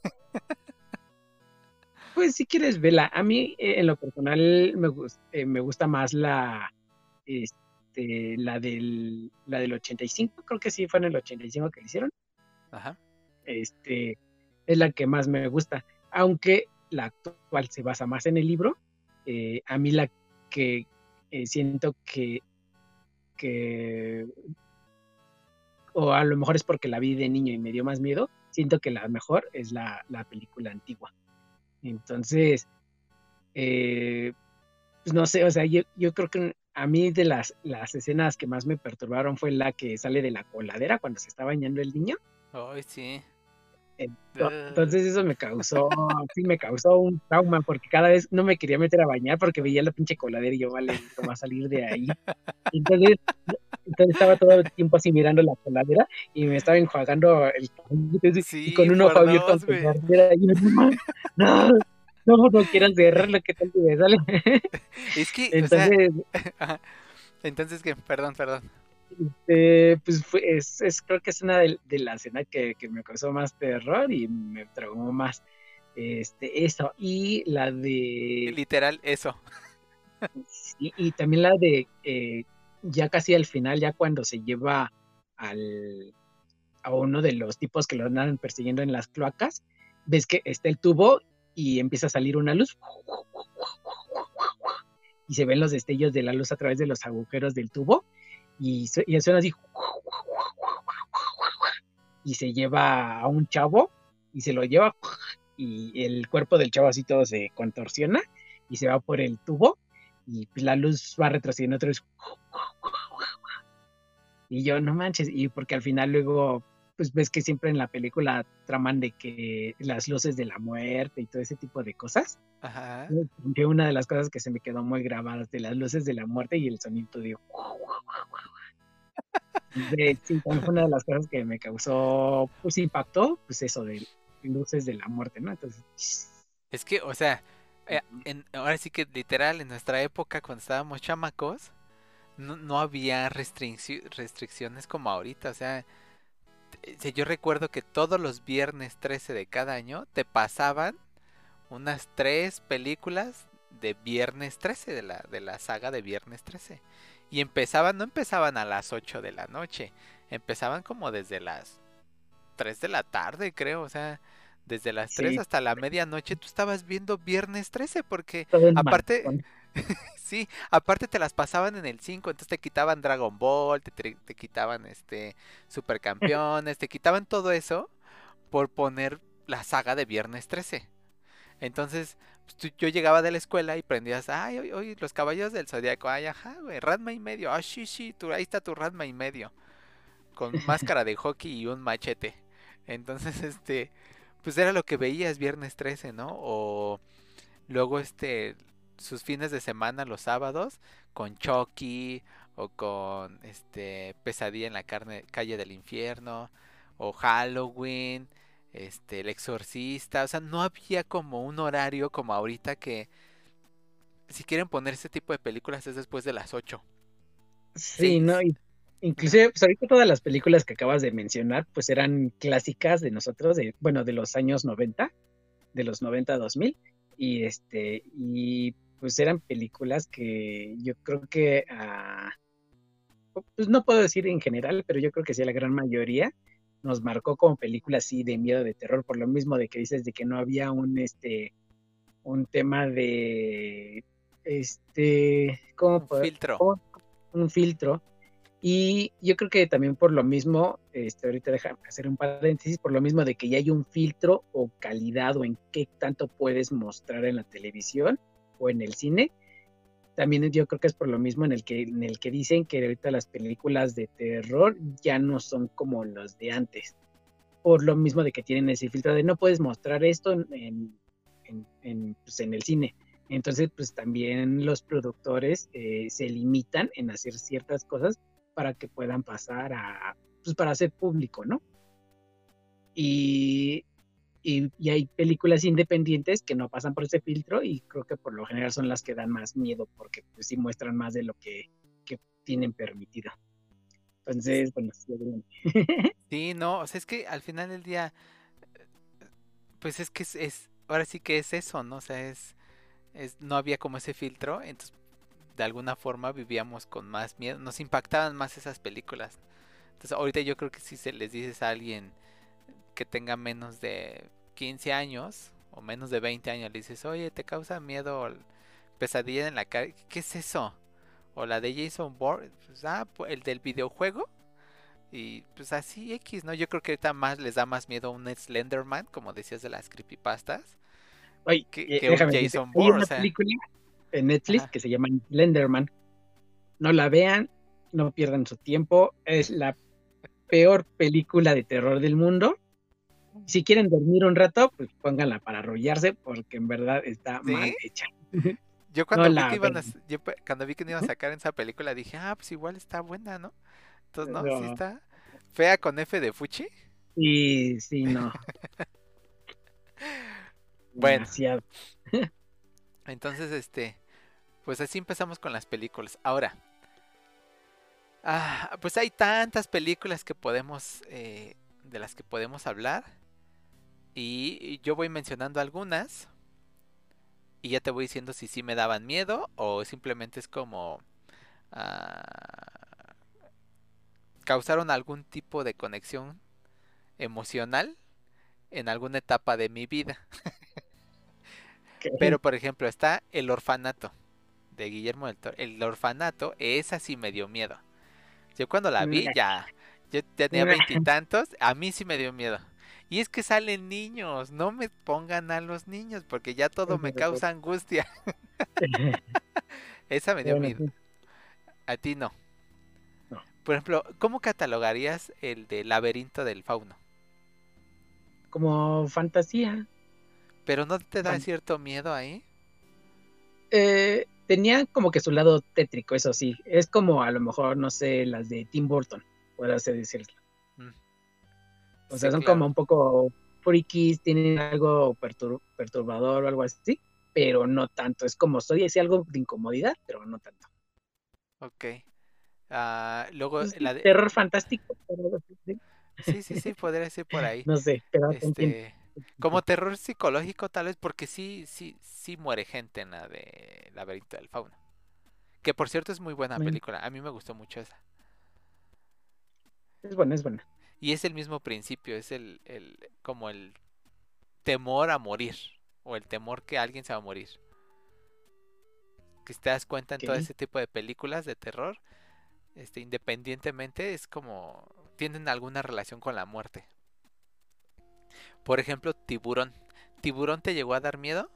pues si quieres verla. A mí, eh, en lo personal, me, gus- eh, me gusta más la, este, la del, la del ochenta y cinco, creo que sí fue en el ochenta y cinco que le hicieron. Ajá. Este, es la que más me gusta, aunque la actual se basa más en el libro. Eh, a mí la que eh, siento que, que, o a lo mejor es porque la vi de niño y me dio más miedo, siento que la mejor es la, la película antigua. Entonces, eh, pues no sé, o sea, yo, yo creo que a mí de las, las escenas que más me perturbaron fue la que sale de la coladera cuando se está bañando el niño. Ay, sí. Ento- Ugh. Entonces eso me causó, sí me causó un trauma porque cada vez no me quería meter a bañar porque veía la pinche coladera y yo, vale, no va a salir de ahí. Entonces, entonces estaba todo el tiempo así mirando la coladera y me estaba enjuagando el cabello así, y Sí, con un ojo por abierto dos, aunque güey. me ardiera. Y yo, no, no, no, no quieran cerrarlo, que tal que me sale. Es que, o sea, Entonces, ajá. Entonces que, perdón, perdón. este, pues fue, es, es- creo que es una de, de la escena que, que me causó más terror y me traumó más. Este, eso, y la de, Literal, eso. y, y también la de, eh, ya casi al final, ya cuando se lleva al, a uno de los tipos que lo andan persiguiendo en las cloacas, ves que está el tubo y empieza a salir una luz y se ven los destellos de la luz a través de los agujeros del tubo y, su- y suena así y se lleva a un chavo y se lo lleva y el cuerpo del chavo así todo se contorsiona y se va por el tubo y pues la luz va retrocediendo otra vez. Y yo, no manches, y porque al final luego, pues ves que siempre en la película traman de que las luces de la muerte y todo ese tipo de cosas. Ajá. Que una de las cosas que se me quedó muy grabadas de las luces de la muerte y el sonido de... de sí, también fue una de las cosas que me causó, pues impactó, pues eso de luces de la muerte, ¿no? Entonces, Es que, o sea, eh, en, ahora sí que literal, en nuestra época, cuando estábamos chamacos, no, no había restricci- restricciones como ahorita. O sea, eh, si yo recuerdo que todos los viernes trece de cada año te pasaban unas tres películas de Viernes trece, de la, de la saga de Viernes trece. Y empezaban, no empezaban a las ocho de la noche, empezaban como desde las tres de la tarde, creo. O sea, desde las tres sí, hasta la medianoche tú estabas viendo Viernes trece, porque todo en aparte, maratón. sí, aparte te las pasaban en el cinco, entonces te quitaban Dragon Ball, te, te- te quitaban este Supercampeones, te quitaban todo eso por poner la saga de Viernes trece. Entonces, pues, tú- yo llegaba de la escuela y prendías, ay, hoy, hoy los caballos del zodiaco, ay, ajá, güey, Ranma y medio, ah, sí, sí, tú, ahí está tu Ranma y medio, con máscara de hockey y un machete. Entonces, este, pues era lo que veías Viernes trece, ¿no? O luego, este, sus fines de semana, los sábados, con Chucky, o con, este, Pesadilla en la carne, calle del infierno, o Halloween, este, El Exorcista. O sea, no había como un horario como ahorita que si quieren poner ese tipo de películas es después de las ocho. Sí, ¿no? Seis. Y Ajá. inclusive, pues ahorita todas las películas que acabas de mencionar, pues eran clásicas de nosotros, de, bueno, de los años noventa, de los noventa a dos mil, y este, y pues eran películas que yo creo que, ah, pues no puedo decir en general, pero yo creo que sí, la gran mayoría nos marcó como películas así de miedo, de terror, por lo mismo de que dices de que no había un, este, un tema de, este, ¿cómo, Un puedo- filtro. cómo- un filtro? Y yo creo que también por lo mismo, este, ahorita déjame hacer un paréntesis, por lo mismo de que ya hay un filtro o calidad o en qué tanto puedes mostrar en la televisión o en el cine. También yo creo que es por lo mismo en el que, en el que dicen que ahorita las películas de terror ya no son como los de antes. Por lo mismo de que tienen ese filtro de no puedes mostrar esto en, en, en, en, pues, en el cine. Entonces, pues también los productores eh, se limitan en hacer ciertas cosas para que puedan pasar a, pues para hacer público, ¿no? Y, y, y hay películas independientes que no pasan por ese filtro y creo que por lo general son las que dan más miedo porque pues sí muestran más de lo que, que tienen permitido. Entonces, bueno, sí, adelante. Sí, no, o sea, es que al final del día, pues es que es, es- ahora sí que es eso, ¿no? O sea, es, es, no había como ese filtro, entonces de alguna forma vivíamos con más miedo, nos impactaban más esas películas. Entonces ahorita yo creo que si se les dices a alguien que tenga menos de quince años o menos de veinte años, le dices, oye, ¿te causa miedo el Pesadilla en la calle? ¿Qué es eso? O la de Jason Bourne, pues, ah, pu- el del videojuego. Y pues así X, ¿no? Yo creo que ahorita más les da más miedo un Slenderman, como decías de las creepypastas, Oye, que, eh, que un déjame decirte, Jason hay Bourne, o una sea, película en Netflix ajá. que se llama Slenderman. No la vean, no pierdan su tiempo. Es la peor película de terror del mundo. Si quieren dormir un rato, pues pónganla para arrollarse, porque en verdad está ¿Sí? mal hecha. Yo No cuando vi que la iban a, vean. s- yo pe- cuando vi que no iban a sacar esa película dije, ah, pues igual está buena, ¿no? Entonces, no, sí No. está fea con F de Fuchi. Y sí, no, Bueno, demasiado. entonces, este, pues así empezamos con las películas. Ahora, ah, pues hay tantas películas que podemos, eh, de las que podemos hablar. Y yo voy mencionando algunas y ya te voy diciendo si sí me daban miedo o simplemente es como ah, causaron algún tipo de conexión emocional en alguna etapa de mi vida. Ok. Pero por ejemplo está El Orfanato de Guillermo del Toro. El Orfanato, esa sí me dio miedo. Yo cuando la vi ya, yo tenía veintitantos, a mí sí me dio miedo. Y es que salen niños, no me pongan a los niños porque ya todo me causa angustia. Esa me dio Bueno, miedo, sí, a ti no. no. Por ejemplo, ¿cómo catalogarías el de Laberinto del Fauno? Como fantasía. ¿Pero no te da Fan- cierto miedo ahí? eh, tenía como que su lado tétrico, eso sí. Es como a lo mejor, no sé, las de Tim Burton, por así decirlo. Mm, O sí, sea, son como claro. un poco frikis, tienen algo pertur- perturbador o algo así, pero no tanto. Es como, soy así algo de incomodidad, pero no tanto. Ok. Ah, luego Pues sí, la de... terror fantástico, pero algo así, ¿sí? Sí, sí, sí, podría decir por ahí. No sé, pero te entiendo. Este, como terror psicológico tal vez porque sí, sí, sí muere gente en la de Laberinto del Fauno. Que por cierto es muy buena Bueno, película, a mí me gustó mucho esa. es buena, es buena. Y es el mismo principio, es el, el como el temor a morir o el temor que alguien se va a morir. Que si te das cuenta en todo Ok. ese tipo de películas de terror, este, independientemente es como tienen alguna relación con la muerte. Por ejemplo, Tiburón. ¿Tiburón te llegó a dar miedo?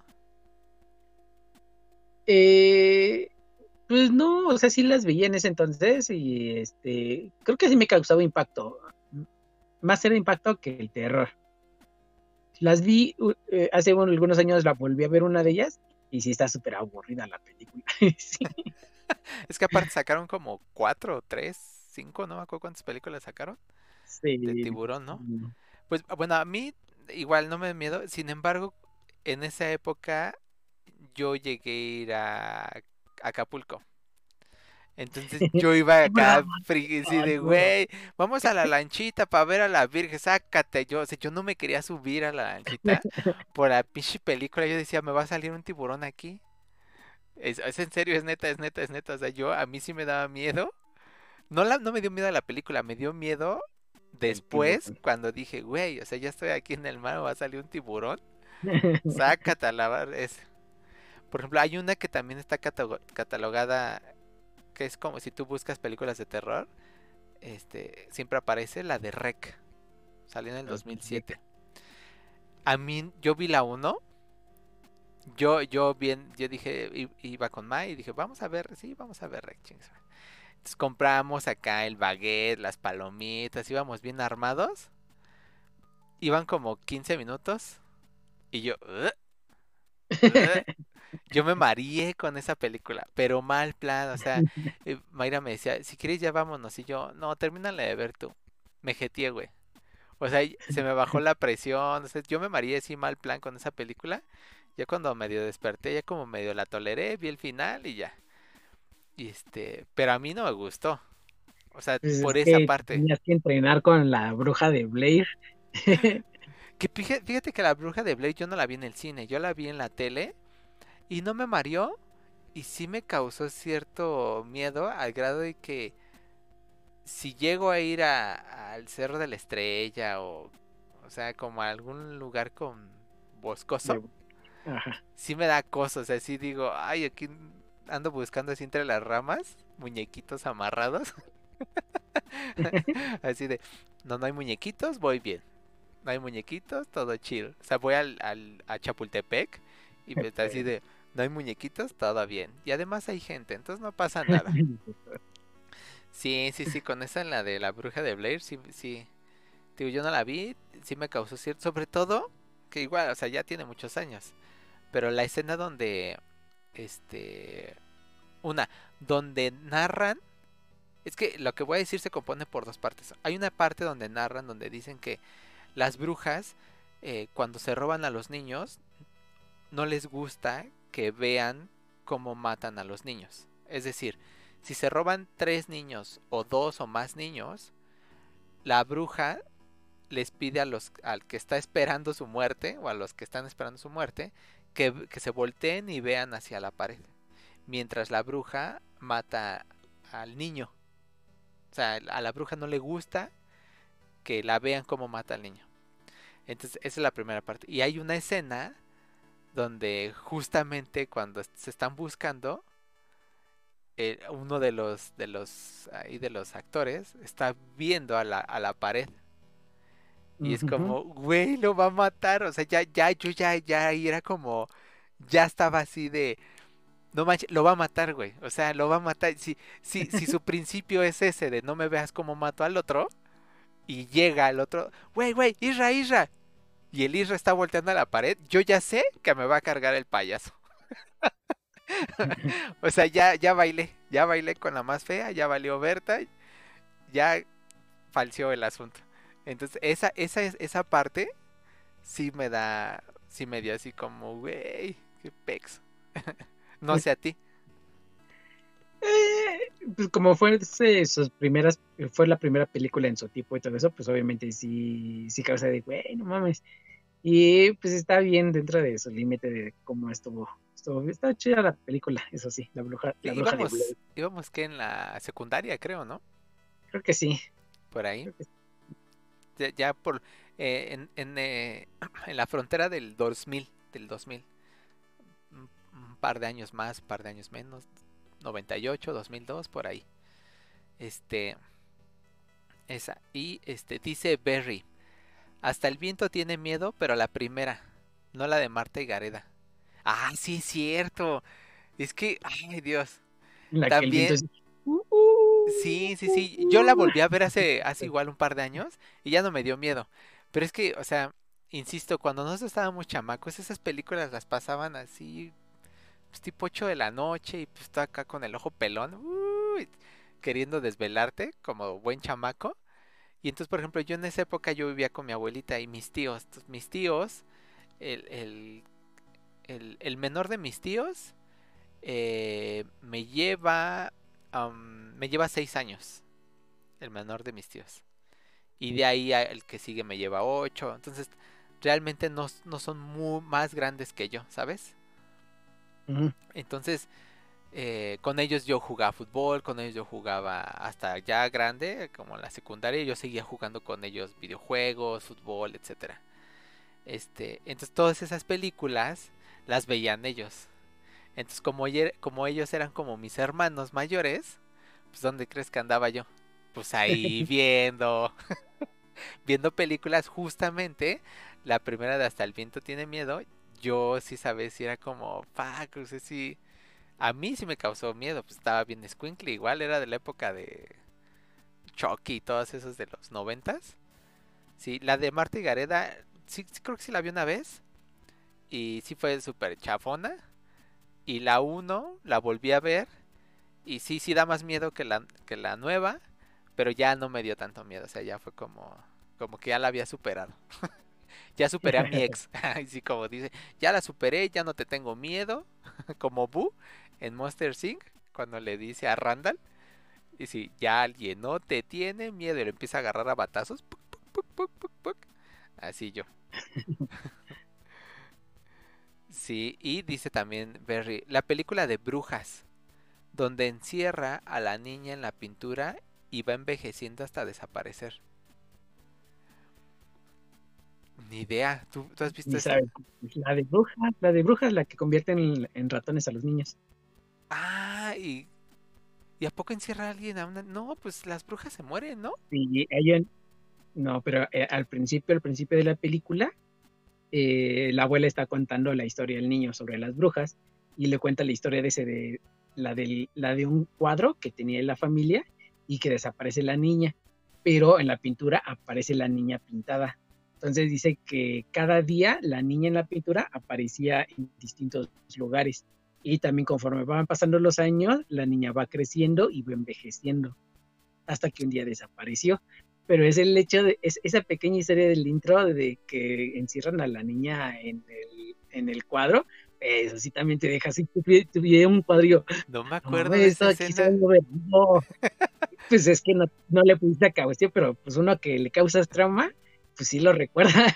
Eh, pues no, o sea, sí las veía en ese entonces y este, creo que sí me causaba impacto. Más era impacto que el terror. Las vi uh, eh, hace bueno, algunos años, la volví a ver una de ellas y sí está súper aburrida la película. Sí, Es que aparte sacaron como cuatro, tres, cinco, no me acuerdo cuántas películas sacaron de sí, Tiburón, ¿no? no. Pues bueno, a mí igual no me da miedo, sin embargo, en esa época yo llegué a ir a Acapulco. Entonces yo iba acá Tiburón, friki, así oh, de, tiburón. güey, vamos a la lanchita para ver a la Virgen, sácate. Yo, o sea, yo no me quería subir a la lanchita por la pinche película. Yo decía, me va a salir un tiburón aquí. Es, es en serio, es neta, es neta, es neta. O sea, yo, a mí sí me daba miedo. No, la, no me dio miedo a la película, me dio miedo El después tiburón. cuando dije, güey, o sea, ya estoy aquí en el mar, ¿me va a salir un tiburón? Sácate a lavar. Es... Por ejemplo, hay una que también está catago- catalogada, que es como si tú buscas películas de terror, este, siempre aparece la de Rec. Salió en el dos mil siete. A mí, yo vi la uno. Yo, yo bien, yo dije, i- iba con Mai y dije, vamos a ver, sí, vamos a ver Rec. Chingues. Entonces compramos acá el baguette, las palomitas, íbamos bien armados. Iban como quince minutos y yo, "Ugh, ugh". Yo me mareé con esa película, pero mal plan, o sea, eh, Mayra me decía, si quieres ya vámonos, y yo, no, termínala de ver tú. Me jeteé, güey. O sea, y se me bajó la presión, o sea, yo me mareé así mal plan con esa película. Ya cuando medio desperté, ya como medio la toleré, vi el final y ya. Y este, pero a mí no me gustó. O sea, Pues es por esa que parte. tenías que entrenar con la bruja de Blair. Que fíjate, fíjate que la bruja de Blade yo no la vi en el cine, yo la vi en la tele y no me mareó y sí me causó cierto miedo al grado de que si llego a ir a- al Cerro de la Estrella o, o sea, como a algún lugar con boscoso, De- Ajá. sí me da cosa, o sea, sí digo, ay, aquí ando buscando así entre las ramas, muñequitos amarrados. Así de, no, no hay muñequitos, voy bien. No hay muñequitos, todo chill. O sea, voy al, al, a Chapultepec y me está así de, no hay muñequitos, todo bien. Y además hay gente, entonces no pasa nada. Sí, sí, sí, con esa, la de la bruja de Blair, sí, sí. Digo, yo no la vi, sí me causó cierto, sobre todo, que igual, o sea, ya tiene muchos años. Pero la escena donde, este, una, donde narran, es que lo que voy a decir se compone por dos partes. Hay una parte donde narran, donde dicen que las brujas, eh, cuando se roban a los niños, no les gusta que vean cómo matan a los niños. Es decir, si se roban tres niños o dos o más niños, la bruja les pide a los al que está esperando su muerte o a los que están esperando su muerte que, que se volteen y vean hacia la pared, mientras la bruja mata al niño. O sea, a la bruja no le gusta que la vean cómo mata al niño. Entonces, esa es la primera parte. Y hay una escena donde justamente cuando se están buscando, eh, uno de los de los ahí de los actores está viendo a la, a la pared. Y es como, güey, lo va a matar. O sea, ya, ya, yo ya, ya ahí era como, ya estaba así de, no manches, lo va a matar, güey. O sea, lo va a matar. Si, si, si su principio es ese de no me veas como mato al otro, y llega el otro, güey, güey, Isra, Isra. Y el Isra está volteando a la pared, yo ya sé que me va a cargar el payaso. O sea, ya, ya bailé, ya bailé con la más fea, ya valió Berta, ya falseó el asunto. Entonces, esa, esa, esa parte sí me da, sí me dio así como, güey, qué pex. No sé a ti. Eh, pues como fue ese- sus primeras, fue la primera película en su tipo y todo eso, pues obviamente sí, sí causa de, güey, no mames. Y pues está bien dentro de su límite de cómo estuvo, estuvo, está chida la película, eso sí, la bruja, la bruja de Íbamos, Blair. íbamos que en la secundaria, creo, ¿no? Creo que sí, Por ahí. creo que sí. Ya, ya por, eh, en, en, eh, en la frontera del dos mil, del dos mil. Un, un par de años más, un par de años menos. noventa y ocho, dos mil dos, por ahí. Este, esa. Y este, dice Berry. Hasta el viento tiene miedo, pero la primera, no la de Marta y Gareda. Ah, sí es cierto. Es que, ay Dios. En la que el viento También, es, "Uh, uh, sí, sí, uh, sí. Yo la uh". volví a ver hace, hace igual un par de años y ya no me dio miedo. Pero es que, o sea, insisto, cuando nosotros estábamos chamacos, esas películas las pasaban así, pues, tipo ocho de la noche y pues está acá con el ojo pelón, uy, queriendo desvelarte como buen chamaco. Y entonces, por ejemplo, yo en esa época yo vivía con mi abuelita y mis tíos. Entonces, mis tíos, el, el, el, el menor de mis tíos eh, me lleva, am, me lleva seis años, el menor de mis tíos. Y de ahí a- el que sigue me lleva ocho. Entonces, realmente no, no son muy más grandes que yo, ¿sabes? Ujú. Entonces, eh, con ellos yo jugaba fútbol, con ellos yo jugaba hasta ya grande, como en la secundaria, yo seguía jugando con ellos videojuegos, fútbol, etcétera. Este, entonces todas esas películas las veían ellos. Entonces, como, ayer- como ellos eran como mis hermanos mayores, pues ¿dónde crees que andaba yo? Pues ahí viendo, viendo películas justamente, la primera de Hasta el viento tiene miedo, yo sí sabes si era como, fuck, no sé si a mí sí me causó miedo, pues estaba bien escuincle, igual era de la época de Chucky y todos esos de los noventas. Sí, la de Marta y Gareda, sí, sí creo que sí la vi una vez y sí fue súper chafona. Y la uno la volví a ver y sí, sí da más miedo que la, que la nueva, pero ya no me dio tanto miedo, o sea, ya fue como, como que ya la había superado. Ya superé a mi ex, así como dice, ya la superé, ya no te tengo miedo, como Boo en Monster inc cuando le dice a Randall, y si ya alguien no te tiene miedo y lo empieza a agarrar a batazos, puc, puc, puc, puc, puc, así yo. Sí, y dice también Berry, la película de Brujas, donde encierra a la niña en la pintura y va envejeciendo hasta desaparecer. Ni idea, ¿tú, tú has visto Ni esa? sabe. La de brujas, la de brujas, la que convierte en, en ratones a los niños. Ah, y, y ¿a poco encierra a alguien a una? No, pues las brujas se mueren, ¿no? Y hay un- no, pero eh, al principio, al principio de la película, eh, la abuela está contando la historia del niño sobre las brujas y le cuenta la historia de ese de la del, la de un cuadro que tenía la familia y que desaparece la niña, pero en la pintura aparece la niña pintada. Entonces dice que cada día la niña en la pintura aparecía en distintos lugares y también conforme van pasando los años, la niña va creciendo y va envejeciendo hasta que un día desapareció. Pero es el hecho de es, esa pequeña historia del intro de que encierran a la niña en el, en el cuadro, eso sí también te deja así, tuve, tuve un cuadrillo, No me no acuerdo mames, de esto esa aquí se va a escena. mover, no. Pues es que no, no le pusiste a cuestión, pero pues uno que le causas trauma, pues sí lo recuerda.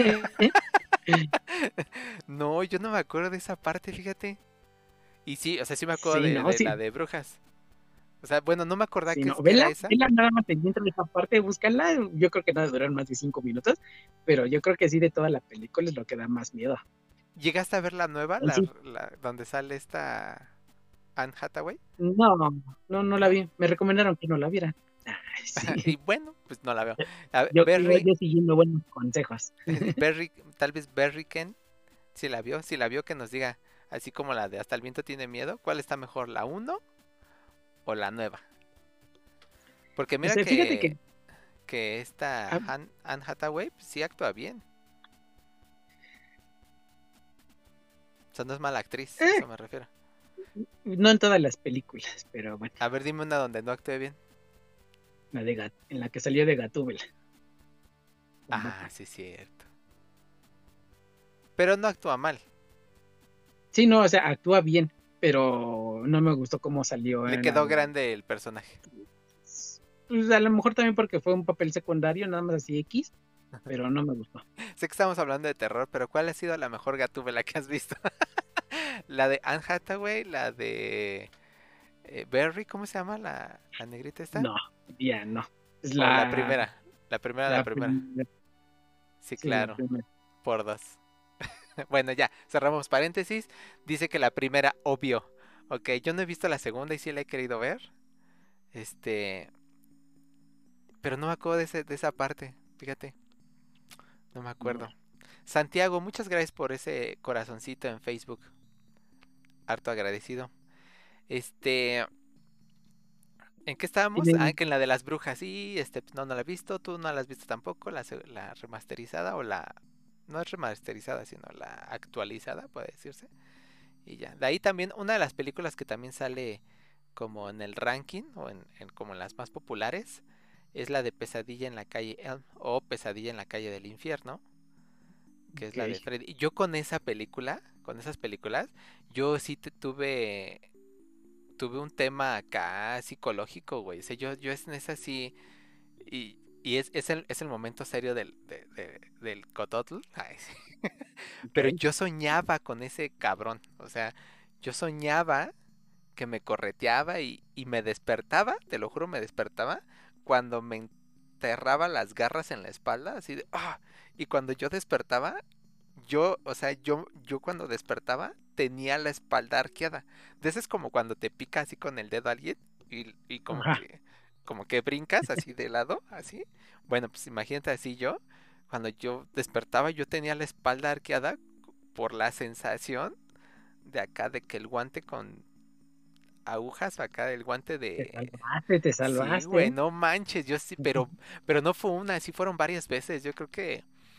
No, yo no me acuerdo de esa parte, fíjate. Y sí, o sea, sí me acuerdo Sí, de, no, de sí, la de brujas. O sea, bueno, no me acordaba sí, que, no, es, que era vela, esa. vela nada más dentro de esa parte, búscala, yo creo que no va a durar más de cinco minutos, pero yo creo que sí de toda la película es lo que da más miedo. ¿Llegaste a ver la nueva, En la, sí, la- donde sale esta Anne Hathaway? no, no, no la ¿No? vi. Me recomendaron que no la viera. Ay, Y sí. bueno, pues no la veo. A ver, Yo, yo, Berry, yo siguiendo buenos consejos. Berry, tal vez Berry Ken, si la vio, si la vio que nos diga, así como la de Hasta el viento tiene miedo, ¿cuál está mejor, la uno o la nueva? Porque O mira sea, fíjate que que, que esta ah, Han- Anne Hathaway pues, sí actúa bien. O sea, no es mala actriz, a eh, eso me refiero. no en todas las películas, pero bueno, A ver, dime una donde no actúe bien. la de Gat- en la que salió de Gatúbela. Con Ah, Batman. sí es cierto. Pero no actúa mal. Sí, no, o sea, actúa bien, pero no me gustó cómo salió Le en quedó la... grande el personaje. Pues a lo mejor también porque fue un papel secundario, nada más así X, pero no me gustó. Sé que estamos hablando de terror, pero ¿cuál ha sido la mejor Gatúbela que has visto? ¿La de Anne Hathaway? ¿La de eh, Berry? ¿Cómo se llama la, la negrita esta? No, ya no. Es ¿O la la, primera? La primera, la la primera. primera, Sí, sí, la claro, primera. por dos. Bueno, ya, cerramos paréntesis. Dice que la primera, obvio. Ok, yo no he visto la segunda y sí la he querido ver. Este, pero no me acuerdo de, ese- de esa parte. Fíjate, no me No. acuerdo. Santiago, muchas gracias por ese corazoncito en Facebook. Harto agradecido. Este, ¿en qué estábamos? Ah, Tienen, que en la de las brujas. Sí, este, no, no la he visto. Tú no la has visto tampoco. La, se- la remasterizada o la... No es remasterizada, sino la actualizada, puede decirse. Y ya. De ahí también, una de las películas que también sale como en el ranking, o en, en como en las más populares, es la de Pesadilla en la calle Elm, o Pesadilla en la calle del infierno, que es ok, la de Freddy. Y yo con esa película, con esas películas, yo sí te tuve tuve un tema acá psicológico, güey. O sea, yo, yo es en esa sí. Y, y es, es, el, es el momento serio del, de- de- del Cototl. Ay, sí. Pero ok. yo soñaba con ese cabrón. O sea, yo soñaba que me correteaba y, y me despertaba, te lo juro, me despertaba cuando me enterraba las garras en la espalda, así de, ¡ah! Y cuando yo despertaba, yo, o sea, yo, yo cuando despertaba tenía la espalda arqueada. De eso es como cuando te pica así con el dedo a alguien y, y como Ajá. que, como que brincas así de lado, así. Bueno, pues imagínate así yo, cuando yo despertaba yo tenía la espalda arqueada por la sensación de acá de que el guante con agujas acá, el guante Te de... salvaste, te Sí, güey, salvaste. no manches, yo sí, pero, pero no fue una, sí fueron varias veces, yo creo que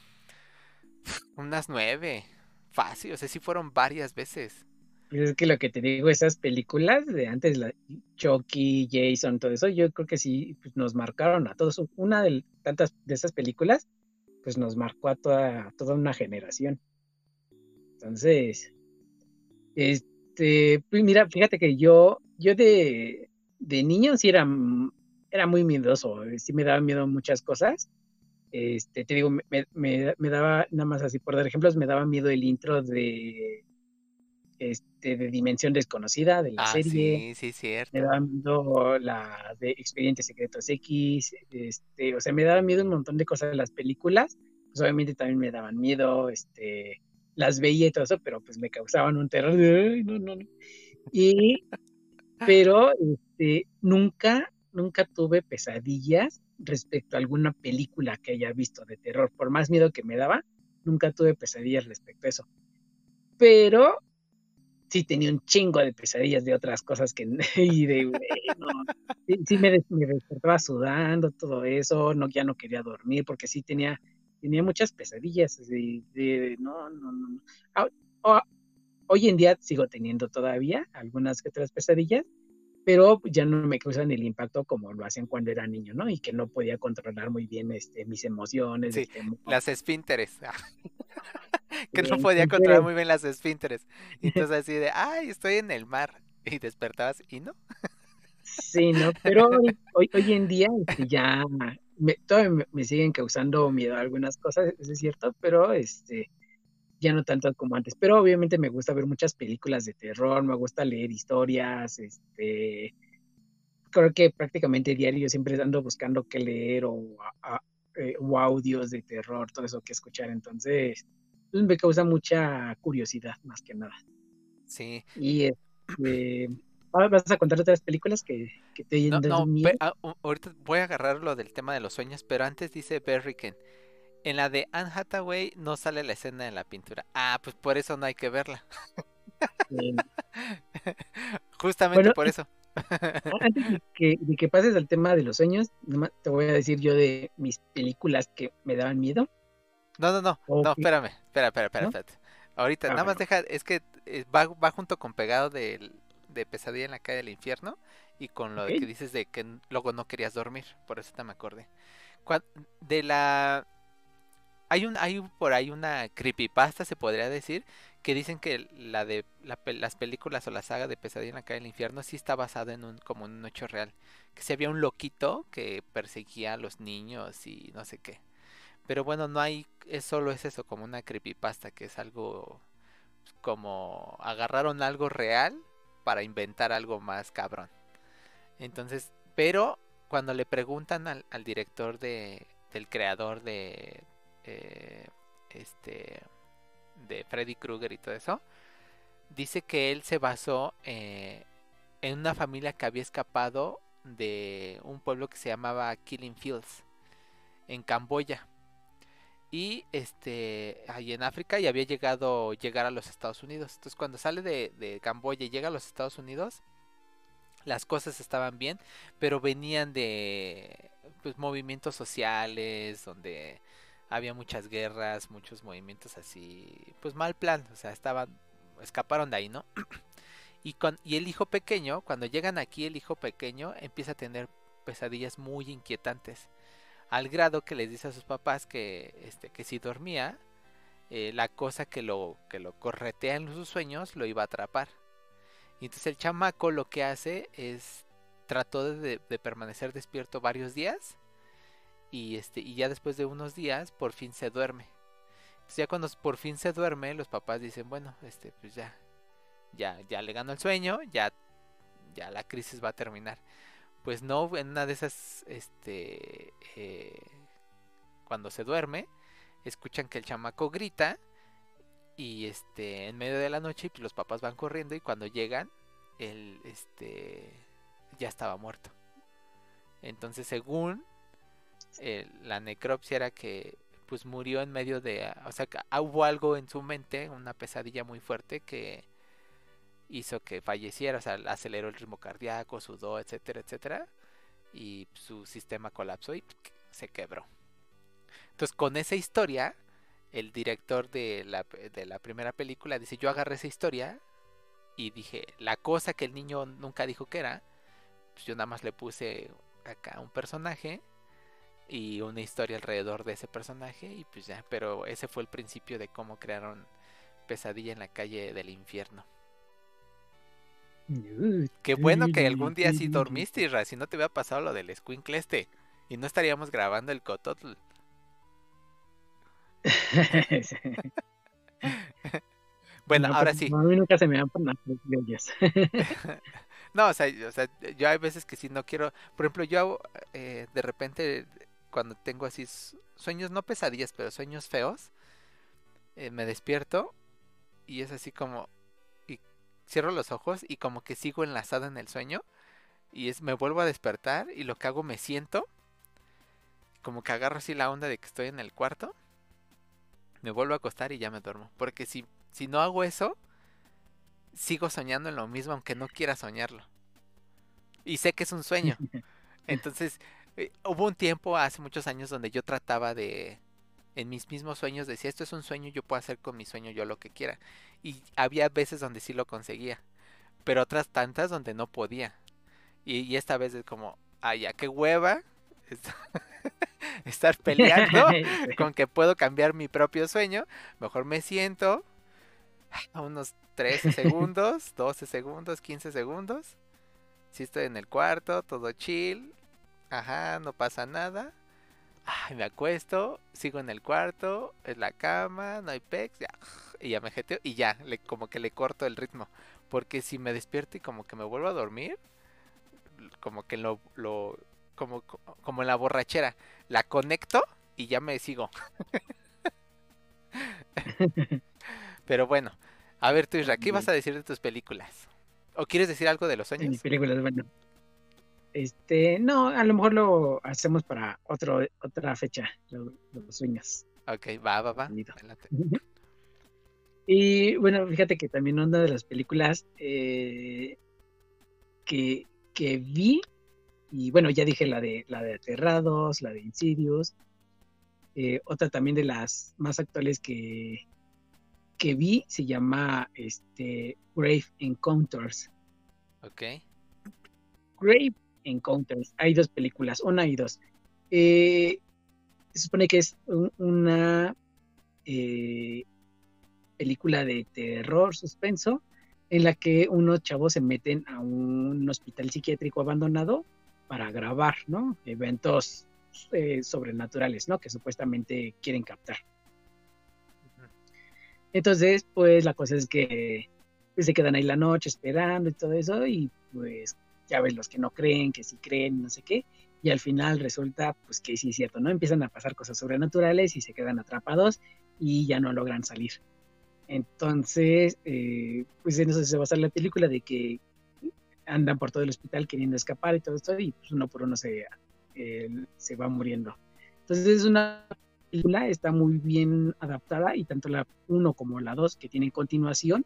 unas nueve, fácil, o sea, sí fueron varias veces. Pues es que lo que te digo, esas películas de antes, la Chucky, Jason, todo eso, yo creo que sí pues, nos marcaron a todos. Una de tantas de esas películas, pues nos marcó a toda, toda una generación. Entonces, este, pues mira, fíjate que yo, yo de, de niño sí era, m- era muy miedoso, eh, sí me daba miedo muchas cosas. Este, te digo, me, me, me me daba, nada más así por dar ejemplos, me daba miedo el intro de, este, de Dimensión Desconocida, de la Ah, serie. sí, sí, Me daba cierto. miedo la de Expedientes Secretos X, este, o sea, me daba miedo un montón de cosas de las películas, pues obviamente también me daban miedo, este, las veía y todo eso, pero pues me causaban un terror de, "Ay, no, no, no". Y pero este, nunca, nunca tuve pesadillas respecto a alguna película que haya visto de terror. Por más miedo que me daba, nunca tuve pesadillas respecto a eso. Pero sí tenía un chingo de pesadillas de otras cosas que y de güey, no, sí, sí me, des- me despertaba sudando, todo eso, no, ya no quería dormir porque sí tenía, tenía muchas pesadillas de, de- no, no, no, no. Ah, ah, hoy en día sigo teniendo todavía algunas que otras pesadillas, pero ya no me causan el impacto como lo hacían cuando era niño, ¿no? Y que no podía controlar muy bien este, mis emociones, Sí, del temor. las esfínteres. Que no podía controlar Entonces, muy bien las esfínteres. Y entonces así de, ay, estoy en el mar. Y despertabas y no. sí, ¿no? Pero hoy, hoy, hoy en día este, ya me, todavía me, me siguen causando miedo algunas cosas, eso es cierto, pero este, ya no tanto como antes. Pero obviamente me gusta ver muchas películas de terror, me gusta leer historias, este, creo que prácticamente diario siempre ando buscando qué leer o, a- a- eh, o audios de terror, todo eso que escuchar. Entonces, pues, me causa mucha curiosidad más que nada. Sí. Y este, ahora vas a contar otras películas que, que te hayan No, dado no, pe- miedo. ah, u- ahorita voy a agarrar lo del tema de los sueños, pero antes dice Berriken. En la de Anne Hathaway no sale la escena de la pintura. Ah, pues por eso no hay que verla. Eh, Justamente bueno, por eso. a- antes de que, de que pases al tema de los sueños, nomás te voy a decir yo de mis películas que me daban miedo, No, no, no, o no, que, espérame, espera, espera, espera, ¿no? espérate. Ahorita, Ah, nada más bueno, deja, es que eh, va, va junto con pegado del- de Pesadilla en la calle del infierno y con lo ok. de que dices de que n- luego no querías dormir, por eso te me acordé. Cuan- de la hay un hay un- por ahí una creepypasta se podría decir que dicen que la de la pe- las películas o la saga de Pesadilla en la calle del infierno sí está basada en un como en un hecho real, que si había un loquito que perseguía a los niños y no sé qué. Pero bueno, no hay, es solo es eso, como una creepypasta, que es algo como agarraron algo real para inventar algo más cabrón. Entonces, pero cuando le preguntan al, al director de, del creador de eh, este de Freddy Krueger y todo eso, dice que él se basó eh, en una familia que había escapado de un pueblo que se llamaba Killing Fields en Camboya y este ahí en África y había llegado llegar a los Estados Unidos. Entonces cuando sale de, de Camboya y llega a los Estados Unidos, las cosas estaban bien, pero venían de pues, movimientos sociales donde había muchas guerras, muchos movimientos así, pues mal plan, o sea, estaban escaparon de ahí, ¿no? Y con y el hijo pequeño, cuando llegan aquí el hijo pequeño empieza a tener pesadillas muy inquietantes al grado que les dice a sus papás que, este, que si dormía, eh, la cosa que lo, que lo corretea en sus sueños lo iba a atrapar. Y entonces el chamaco lo que hace es trató de, de permanecer despierto varios días y, este, y ya después de unos días por fin se duerme. Entonces ya cuando por fin se duerme, los papás dicen, bueno, este, pues ya, ya, ya le ganó el sueño, ya, ya la crisis va a terminar. Pues no, en una de esas, este, eh, cuando se duerme, escuchan que el chamaco grita y este en medio de la noche pues, los papás van corriendo y cuando llegan él este ya estaba muerto. Entonces según eh, la necropsia era que pues murió en medio de, o sea, que hubo algo en su mente, una pesadilla muy fuerte que hizo que falleciera, o sea, aceleró el ritmo cardíaco, sudó, etcétera, etcétera, y su sistema colapsó y se quebró. Entonces, con esa historia, el director de la, de la primera película dice, yo agarré esa historia y dije, la cosa que el niño nunca dijo que era, pues yo nada más le puse acá un personaje y una historia alrededor de ese personaje y pues ya, pero ese fue el principio de cómo crearon Pesadilla en la calle del infierno. Qué bueno que algún día sí dormiste, Isra, si no te hubiera pasado lo del escuincle este y no estaríamos grabando el Cototl. Bueno, No, pues ahora sí. a mí nunca se me dan por las películas. No, o sea, o sea, yo hay veces que sí no quiero. Por ejemplo, yo eh, de repente, cuando tengo así s- sueños, no pesadillas, pero sueños feos, eh, me despierto y es así como. Y cierro los ojos y como que sigo enlazado en el sueño y es, me vuelvo a despertar y lo que hago me siento, como que agarro así la onda de que estoy en el cuarto, me vuelvo a acostar y ya me duermo. Porque si, si no hago eso, sigo soñando en lo mismo aunque no quiera soñarlo. Y sé que es un sueño. Entonces, eh, hubo un tiempo hace muchos años donde yo trataba de, en mis mismos sueños, decía, esto es un sueño, yo puedo hacer con mi sueño yo lo que quiera. Y había veces donde sí lo conseguía, pero otras tantas donde no podía. Y, y esta vez es como, ay, ya qué hueva est- estar peleando Sí. con que puedo cambiar mi propio sueño. Mejor me siento a unos trece segundos, doce segundos, quince segundos. Si estoy en el cuarto, todo chill. Ajá, no pasa nada. Ay, me acuesto, sigo en el cuarto, en la cama, no hay pex, ya, y ya me jeteo y ya, le, como que le corto el ritmo. Porque si me despierto y como que me vuelvo a dormir, como que lo, lo como, como en la borrachera, la conecto y ya me sigo. Pero bueno, a ver tú, Isra, ¿qué vas Bien. a decir de tus películas? ¿O quieres decir algo de los En mis sueños? películas, bueno, este, no, a lo mejor lo hacemos para otro, otra fecha, lo- los sueños. Ok, va, va, va, Entendido. adelante. Y bueno, fíjate que también una de las películas eh, que, que vi, y bueno, ya dije la de la de Aterrados, la de Insidious, eh, otra también de las más actuales que, que vi se llama este, Grave Encounters. Ok, Grave Encounters. Hay dos películas, una y dos. Eh, se supone que es un- una eh, película de terror, suspenso, en la que unos chavos se meten a un hospital psiquiátrico abandonado para grabar, ¿no? Eventos eh, sobrenaturales, ¿no? Que supuestamente quieren captar. Entonces, pues la cosa es que pues, se quedan ahí la noche esperando y todo eso, y pues ya ves los que no creen, que sí creen, no sé qué, y al final resulta pues que sí es cierto, ¿no? Empiezan a pasar cosas sobrenaturales y se quedan atrapados y ya no logran salir. Entonces, eh, pues en eso se basa la película, de que andan por todo el hospital queriendo escapar y todo esto, y pues uno por uno se, eh, se va muriendo. Entonces es una película, está muy bien adaptada, y tanto la uno como la dos que tienen continuación,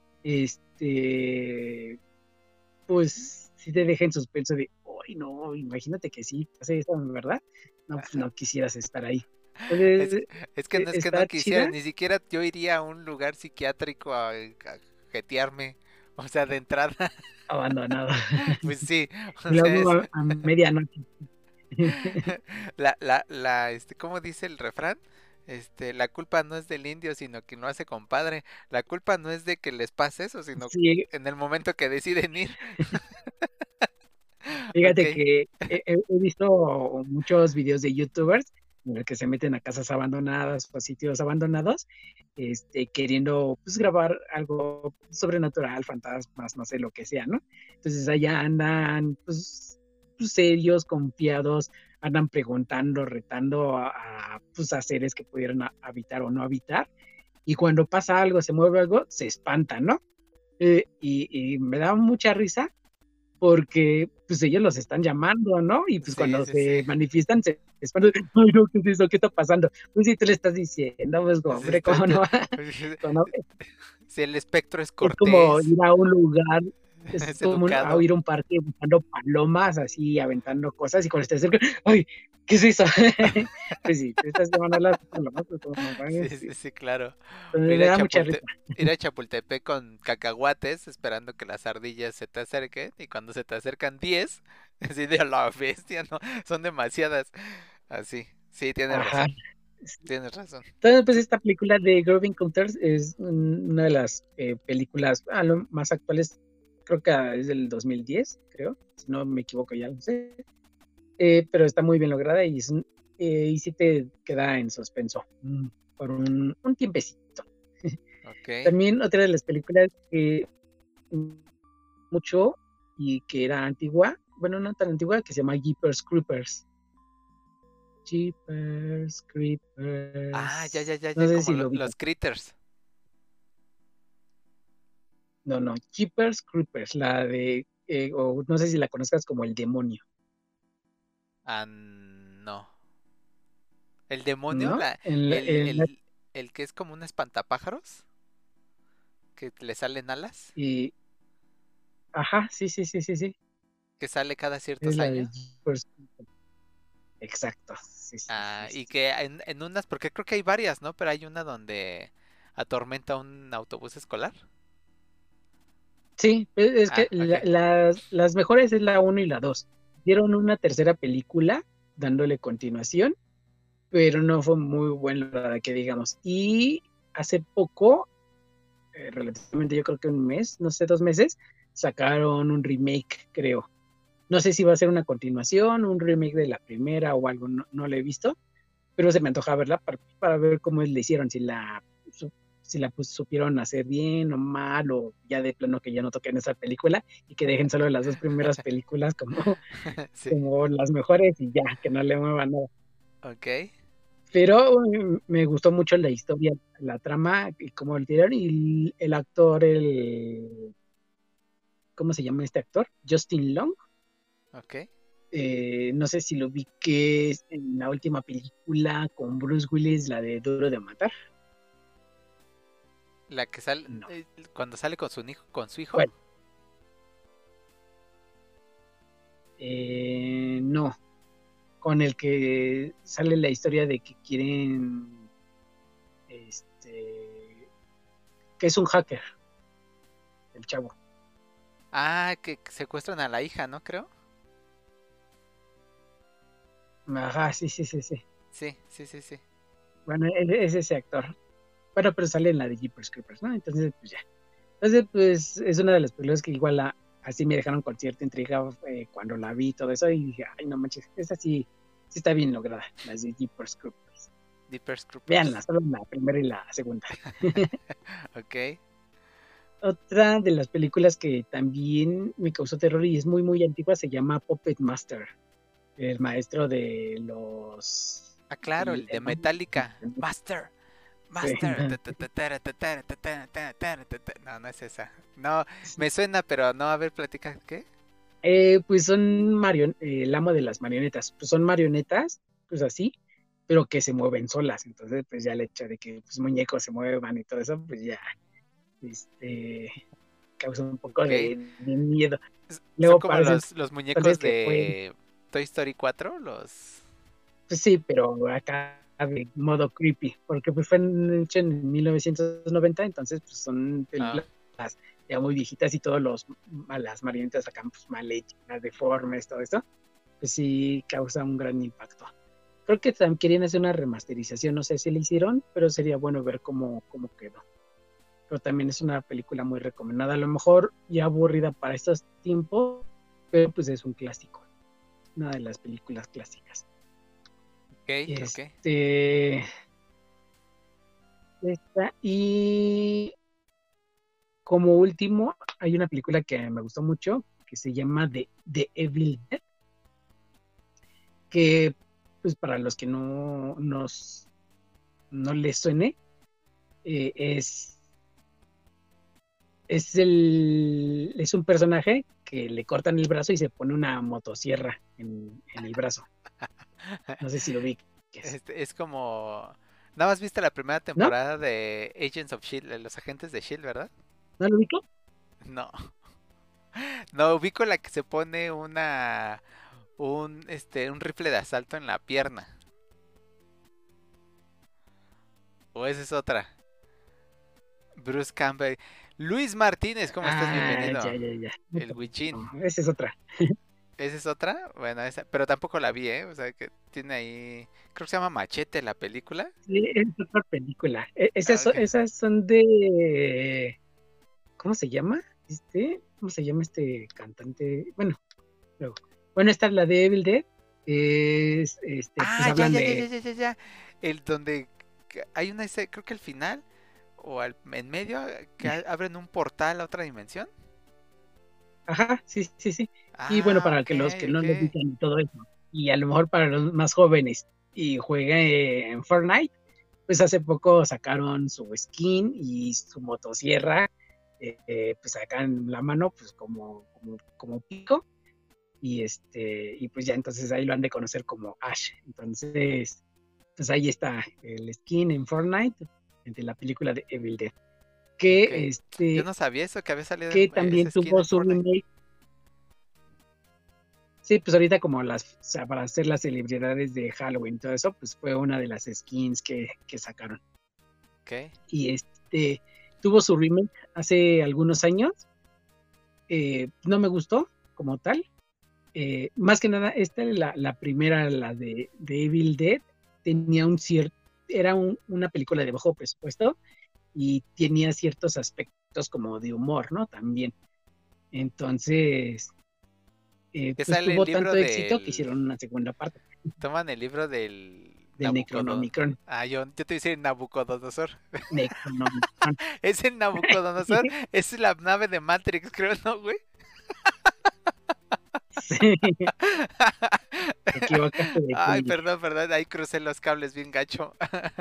este, pues sí te deja en suspenso de, ¡ay no! Imagínate que sí, hace eso, ¿verdad? No, pues no quisieras estar ahí. es, Entonces, es que e- no es que no está quisiera, chida. ni siquiera yo iría a un lugar psiquiátrico a, a jetearme, o sea, de entrada. Abandonado. Pues sí, Y o sea, luego es a, a medianoche. la, la, la, este, ¿cómo dice el refrán? Este, la culpa no es del indio, sino que no hace compadre. La culpa no es de que les pase eso, sino Sí, en el momento que deciden ir. fíjate Ok. que he, he- he visto muchos videos de youtubers en los que se meten a casas abandonadas o a sitios abandonados, este, queriendo pues grabar algo sobrenatural, fantasmas, no sé, lo que sea, ¿no? Entonces allá andan pues, pues, serios, confiados, andan preguntando, retando a, a, pues, a seres que pudieran a- habitar o no habitar, y cuando pasa algo, se mueve algo, se espantan, ¿no? Eh, y, y me da mucha risa porque pues ellos los están llamando, ¿no? Y pues Sí, cuando sí, sí. se manifiestan se espantan, ay no, ¿qué es eso? ¿Qué está pasando? Pues si tú le estás diciendo, pues Sí, hombre, estoy- ¿cómo te- no? ¿Cómo no? Si el espectro es Es como cortés, ir a un lugar, es es como a educado. ir a un parque buscando palomas, así, aventando cosas, y cuando te acercas, ay, ¿qué es eso? Pues sí, te estás llamando a las palomas, pues como no Sí, mames, sí. sí, sí, claro. O Entonces ir me a da mucha Chapulte- risa. ir a Chapultepec con cacahuates esperando que las ardillas se te acerquen y cuando se te acercan diez, así de a la bestia, ¿no? Son demasiadas. Así. Sí, tienes Ajá. razón. Tienes razón. Entonces, pues Tú- esta película de Grove Encounters es un- una de las eh, películas ah, lo más actuales, creo que es del dos mil diez, creo, si no me equivoco, ya lo sé. Eh, pero está muy bien lograda, y, es un- eh, y sí te queda en suspenso mm, por un, un tiempecito. Ok. También otra de las películas que mm, mucho y que era antigua, bueno, no tan antigua, que se llama Jeepers Creepers. Jeepers Ah, ya, ya, Creepers. ya, No ya, sé como si lo- lo ubicas. los critters. No, no, Jeepers Creepers, la de, eh, o no sé si la conozcas como El Demonio, Ah, no. ¿El demonio? ¿no? La, En la- el, en la- el, el que es como un espantapájaros, que le salen alas, y, ajá, sí, sí, sí, sí, sí, que sale cada es ciertos la de años. Jeepers Creepers. Exacto, sí, sí, Ah, sí, sí, y sí. que en, en unas, porque creo que hay varias, ¿no? Pero hay una donde atormenta un autobús escolar. Sí, es es que Ah, la- ok. las, las mejores es la uno y la dos. Dieron una tercera película dándole continuación, pero no fue muy buena, que digamos. Y hace poco, eh, relativamente yo creo que un mes, no sé, dos meses, sacaron un remake, creo. No sé si va a ser una continuación, un remake de la primera o algo, no, no lo he visto, pero se me antoja verla para, para ver cómo le hicieron, si la, su- si la pues, supieron hacer bien o mal, o ya de plano que ya no toquen esa película y que dejen solo las dos primeras películas como, Sí, como las mejores y ya, que no le muevan nada. ok. Pero mm, me gustó mucho la historia, la trama y cómo lo tiraron y el, el actor, el, ¿cómo se llama este actor? Justin Long. Ok. Eh, no sé si lo vi que es en la última película con Bruce Willis, la de Duro de Matar. La que sale, No. eh, cuando sale con su hijo, con su hijo. ¿Cuál? Eh, no, con el que sale la historia de que quieren, este, que es un hacker, el chavo. Ah, que que secuestran a la hija, ¿no? Creo. Ajá, sí, sí, sí, sí. Sí, sí, sí, sí. Bueno, es, es ese actor. Bueno, pero sale en la de Jeepers Creepers, ¿no? Entonces, pues ya. Entonces, pues es una de las películas que igual la- así me dejaron con cierta intriga eh, cuando la vi y todo eso. Y dije, ay, no manches, esa sí, sí está bien lograda, las de Jeepers Creepers. Deepers Troopers. Veanla, solo la primera y la segunda. Ok. Otra de las películas que también me causó terror y es muy, muy antigua se llama Puppet Master, el maestro de los... Ah, claro, el- el de el- Metallica. Master. sí, Master. ta, ta, ta, tara, ta, tara, ta, tara, ta, tara, ta, ta. No, no es esa. No, me suena, pero no, a ver, platica, ¿qué? Eh, pues son marion eh, el amo de las marionetas, pues son marionetas, pues así, pero que se mueven solas, entonces pues ya el hecho de que pues muñecos se muevan y todo eso, pues ya, este, causa un poco Ok. de, de miedo. S- Son Luego como parece los, los entonces muñecos que fue, de Toy Story cuatro, los... pues sí, pero acá de modo creepy, porque pues fue hecho en mil novecientos noventa, entonces pues son Ah, películas ya muy viejitas y todos los, las marionetas acá pues mal hechas, deformes, todo eso, pues sí causa un gran impacto. Creo que también querían hacer una remasterización, no sé si la hicieron, pero sería bueno ver cómo, cómo quedó. Pero también es una película muy recomendada, a lo mejor ya aburrida para estos tiempos, pero pues es un clásico, una de las películas clásicas. ok, ok. Este, esta, y como último, hay una película que me gustó mucho, que se llama The, The Evil Dead, que pues para los que no nos no les suene, eh, es es el es un personaje que le cortan el brazo y se pone una motosierra en, en el brazo. No sé si lo vi. Este, es como... Nada más viste la primera ¿No? temporada de Agents of Shield, de los agentes de Shield, ¿verdad? ¿No lo ubico? No. No, ubico la que se pone una... Un, este, un rifle de asalto en la pierna. O esa es otra. Bruce Campbell. Luis Martínez, ¿cómo estás? Ah, ya, Bienvenido. ya, ya. El Wichin. No, esa es otra. ¿Esa es otra? Bueno, esa, pero tampoco la vi, ¿eh? O sea, que tiene ahí... Creo que se llama Machete la película. Sí, es otra película. E- Ah, Esas, son- ok. esas son de... ¿Cómo se llama? Este, ¿cómo se llama este cantante? Bueno, luego. Bueno, esta es la de Evil Dead. Es, este, pues Ah, ya, hablan ya, ya, de... ya, ya, ya, ya. El donde que hay una escena, creo que al final o al, en medio que a- abren un portal a otra dimensión. Ajá, sí, sí, sí. Y bueno, Ah, para ok, que los que no ok. lo ubican y todo eso, y a lo mejor para los más jóvenes y juegan en Fortnite, pues hace poco sacaron su skin y su motosierra eh, eh, pues sacan la mano pues como, como, como pico, y este, y pues ya entonces ahí lo han de conocer como Ash. Entonces, pues ahí está el skin en Fortnite de la película de Evil Dead. Que Ok. Yo este, no sabía eso, que había salido que en- eh, también ese skin tuvo en su Fortnite. remake. Sí, pues ahorita como las, o sea, para hacer las celebridades de Halloween, todo eso, pues fue una de las skins que, que sacaron. Ok. Y este tuvo su remake hace algunos años. Eh, no me gustó como tal. Eh, más que nada, esta la, la primera, la de, de Evil Dead, tenía un cierto, era un- una película de bajo presupuesto y tenía ciertos aspectos como de humor, ¿no? También. Entonces, eh, Que pues sale el tuvo libro tanto éxito que del... hicieron una segunda parte Toman el libro del del Nabucodonosor. Necronomicron. Ah, yo, yo te voy a decir Nabucodonosor. Necronomicron. Es el Nabucodonosor. Es la nave de Matrix, creo, ¿no, güey? Sí, te equivocaste de Ay, peli. perdón, perdón. Ahí crucé los cables bien gacho.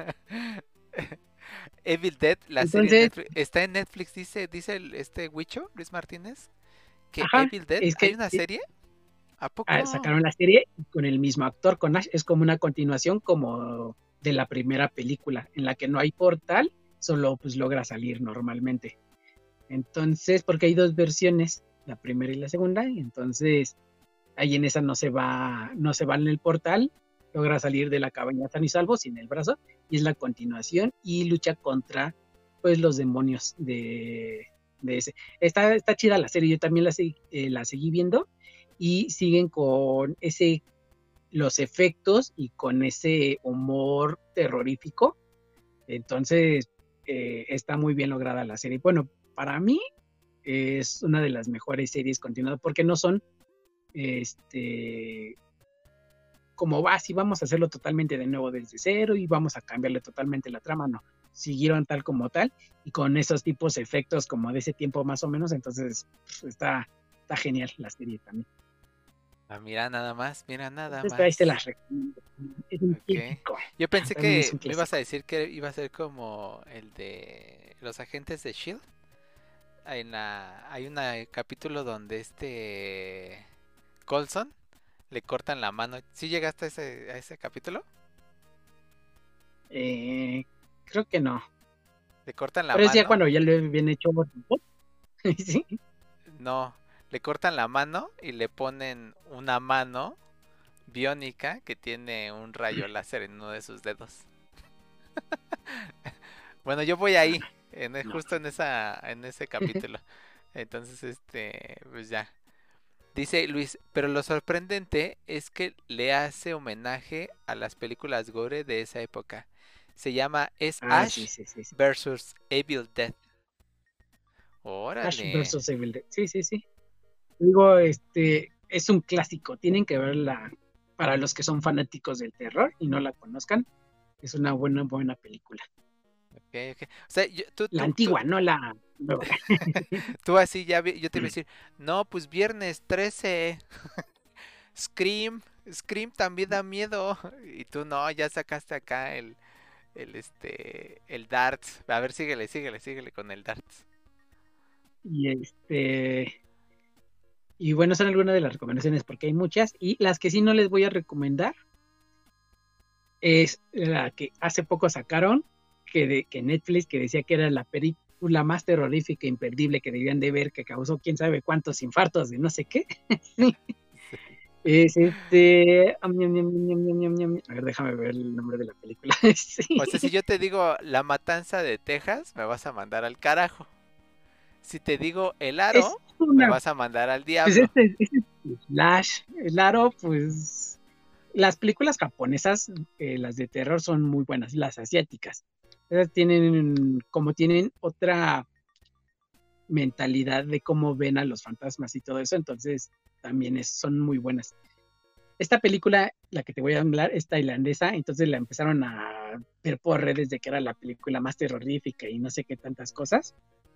Evil Dead, la serie en Entonces, Netflix. Está en Netflix, dice, dice el- este Huicho, Luis Martínez, que ajá, Evil Dead, es ¿hay que una eh, serie? ¿A ah, poco? sacaron la serie con el mismo actor, con Ash. Es como una continuación como de la primera película, en la que no hay portal, solo pues logra salir normalmente. Entonces, porque hay dos versiones, la primera y la segunda, y entonces ahí en esa no se va, no se va en el portal, logra salir de la cabaña sano y salvo sin el brazo, y es la continuación y lucha contra pues los demonios de, de ese. Está, está chida la serie, yo también la, segui- eh, la seguí viendo y siguen con ese, los efectos y con ese humor terrorífico. Entonces, eh, está muy bien lograda la serie. Bueno, para mí es una de las mejores series continuadas porque no son este como va, si vamos a hacerlo totalmente de nuevo desde cero y vamos a cambiarle totalmente la trama, no. Siguieron tal como tal y con esos tipos de efectos como de ese tiempo más o menos, entonces pues, está, está genial la serie también. Ah, mira nada más, mira nada Entonces ahí se más. las recomiendo. Es un Ok. clásico, Yo pensé también es que un me ibas a clásico. decir que iba a ser como el de los agentes de Shield. En la, hay un capítulo donde este Coulson le cortan la mano. ¿Sí llegaste a ese, a ese capítulo? Eh, creo que no, Le cortan la pero es ya mano. cuando ya lo habían hecho. Sí. No, le cortan la mano y le ponen una mano biónica que tiene un rayo láser en uno de sus dedos. Bueno, yo voy ahí, en e- No. justo en esa, en ese capítulo. Entonces, este, pues ya. Dice Luis, pero lo sorprendente es que le hace homenaje a las películas gore de esa época. Se llama Es Ah, sí, Ash sí, sí, sí. versus Evil Dead. Ash Órale. versus Evil Dead. Sí, sí, sí. Digo, este, es un clásico, tienen que verla para los que son fanáticos del terror y no la conozcan, es una buena, buena película. Ok, ok. O sea, yo- tú, La tú, tú, antigua, no la nueva. tú así ya, vi- yo te iba a decir, no, pues viernes trece, Scream, Scream también da miedo. Y tú no, ya sacaste acá el, el este, el Darts. A ver, síguele, síguele, síguele con el Darts. Y este, y bueno, son algunas de las recomendaciones porque hay muchas y las que sí no les voy a recomendar es la que hace poco sacaron que de que Netflix que decía que era la película más terrorífica e imperdible que debían de ver, que causó quién sabe cuántos infartos de no sé qué. Es este. am, ñam, ñam, ñam, ñam, ñam, ñam. A ver, déjame ver el nombre de la película. Sí. O sea, si yo te digo La Matanza de Texas, me vas a mandar al carajo. Si te digo El Es Aro, me una. vas a mandar al Pues diablo. este, este es Slash. El Aro, pues. Las películas japonesas, eh, las de terror, son muy buenas. Las asiáticas. Esas tienen. Como tienen otra mentalidad de cómo ven a los fantasmas y todo eso, entonces también es, son muy buenas. Esta película, la que te voy a hablar, es tailandesa, entonces la empezaron a ver por redes de que era la película más terrorífica y no sé qué tantas cosas,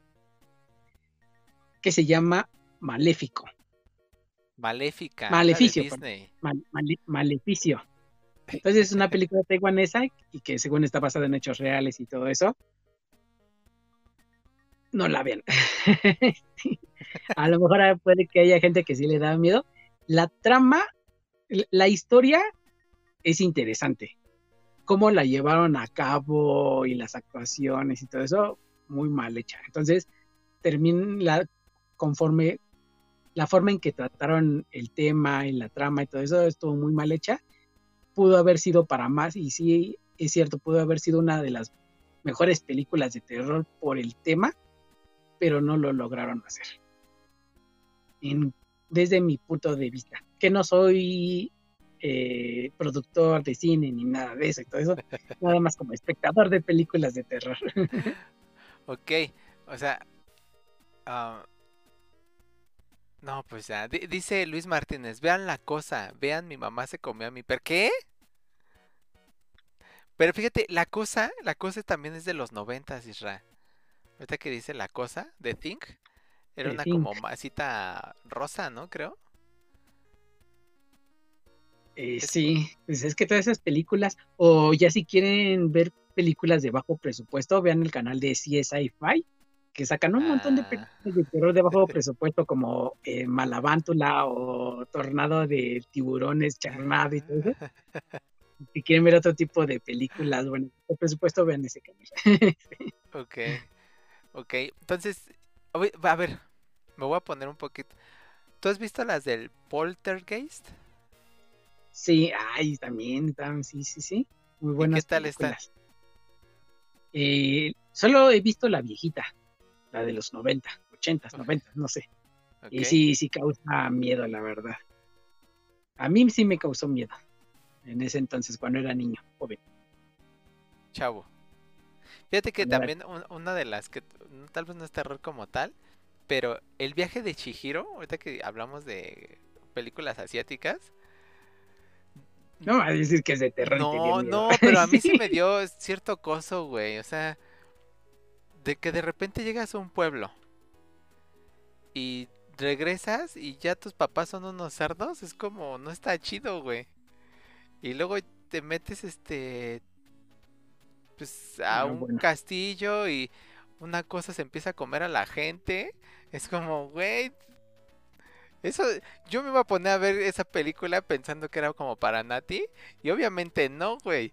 que se llama Maléfico. Maléfica, es la de Maleficio, perdón. Disney. Mal- male- Maleficio. Entonces es una película taiwanesa y que según está basada en hechos reales y todo eso. no la vean. Sí. A lo mejor ah, puede que haya gente que sí le da miedo. La trama, l- la historia es interesante. Cómo la llevaron a cabo y las actuaciones y todo eso, muy mal hecha. Entonces, termina la, conforme la forma en que trataron el tema y la trama y todo eso estuvo muy mal hecha. Pudo haber sido para más y sí, es cierto, pudo haber sido una de las mejores películas de terror por el tema, pero no lo lograron hacer. En, desde mi punto de vista, que no soy eh, productor de cine ni nada de eso y todo eso, nada más como espectador de películas de terror. Ok, o sea, ah, no, pues ya. Di- dice Luis Martínez, vean La Cosa, vean mi mamá se comió a mi perro. ¿Qué? Pero fíjate, La Cosa, La Cosa también es de los noventas, Isra. Ahorita que dice La Cosa, de Think, era I una think. como masita rosa, ¿no? Creo. Eh, Es... sí, pues es que todas esas películas, o ya si quieren ver películas de bajo presupuesto, vean el canal de C S I Fi, que sacan un montón de Ah, películas de terror de bajo presupuesto como eh, Malavántula o Tornado de Tiburones, Charnado y todo eso. Si quieren ver otro tipo de películas, bueno, de presupuesto, vean ese canal. ok, ok. Entonces, oye, va, a ver, me voy a poner un poquito. ¿Tú has visto las del Poltergeist? Sí, ay, también, también, sí, sí, sí, muy ¿Y qué buenas tal están? películas. Eh, solo he visto la viejita, la de los noventa, ochenta, Uf, noventa, no sé. Y ok, sí, sí causa miedo, la verdad. A mí sí me causó miedo en ese entonces, cuando era niño, joven, chavo. Fíjate que cuando era... también un- una de las que mm, tal vez no es terror como tal, pero el viaje de Chihiro, ahorita que hablamos de películas asiáticas, No va a decir que es de terror y te dio no, miedo. no, pero a mí sí Sí. me dio cierto coso, güey. O sea, de que de repente llegas a un pueblo y regresas y ya tus papás son unos cerdos, es como, no está chido, güey. Y luego te metes, este, pues a Ah, un bueno. castillo y una cosa se empieza a comer a la gente. Es como, güey, eso, yo me iba a poner a ver esa película pensando que era como para Nati y obviamente no, güey.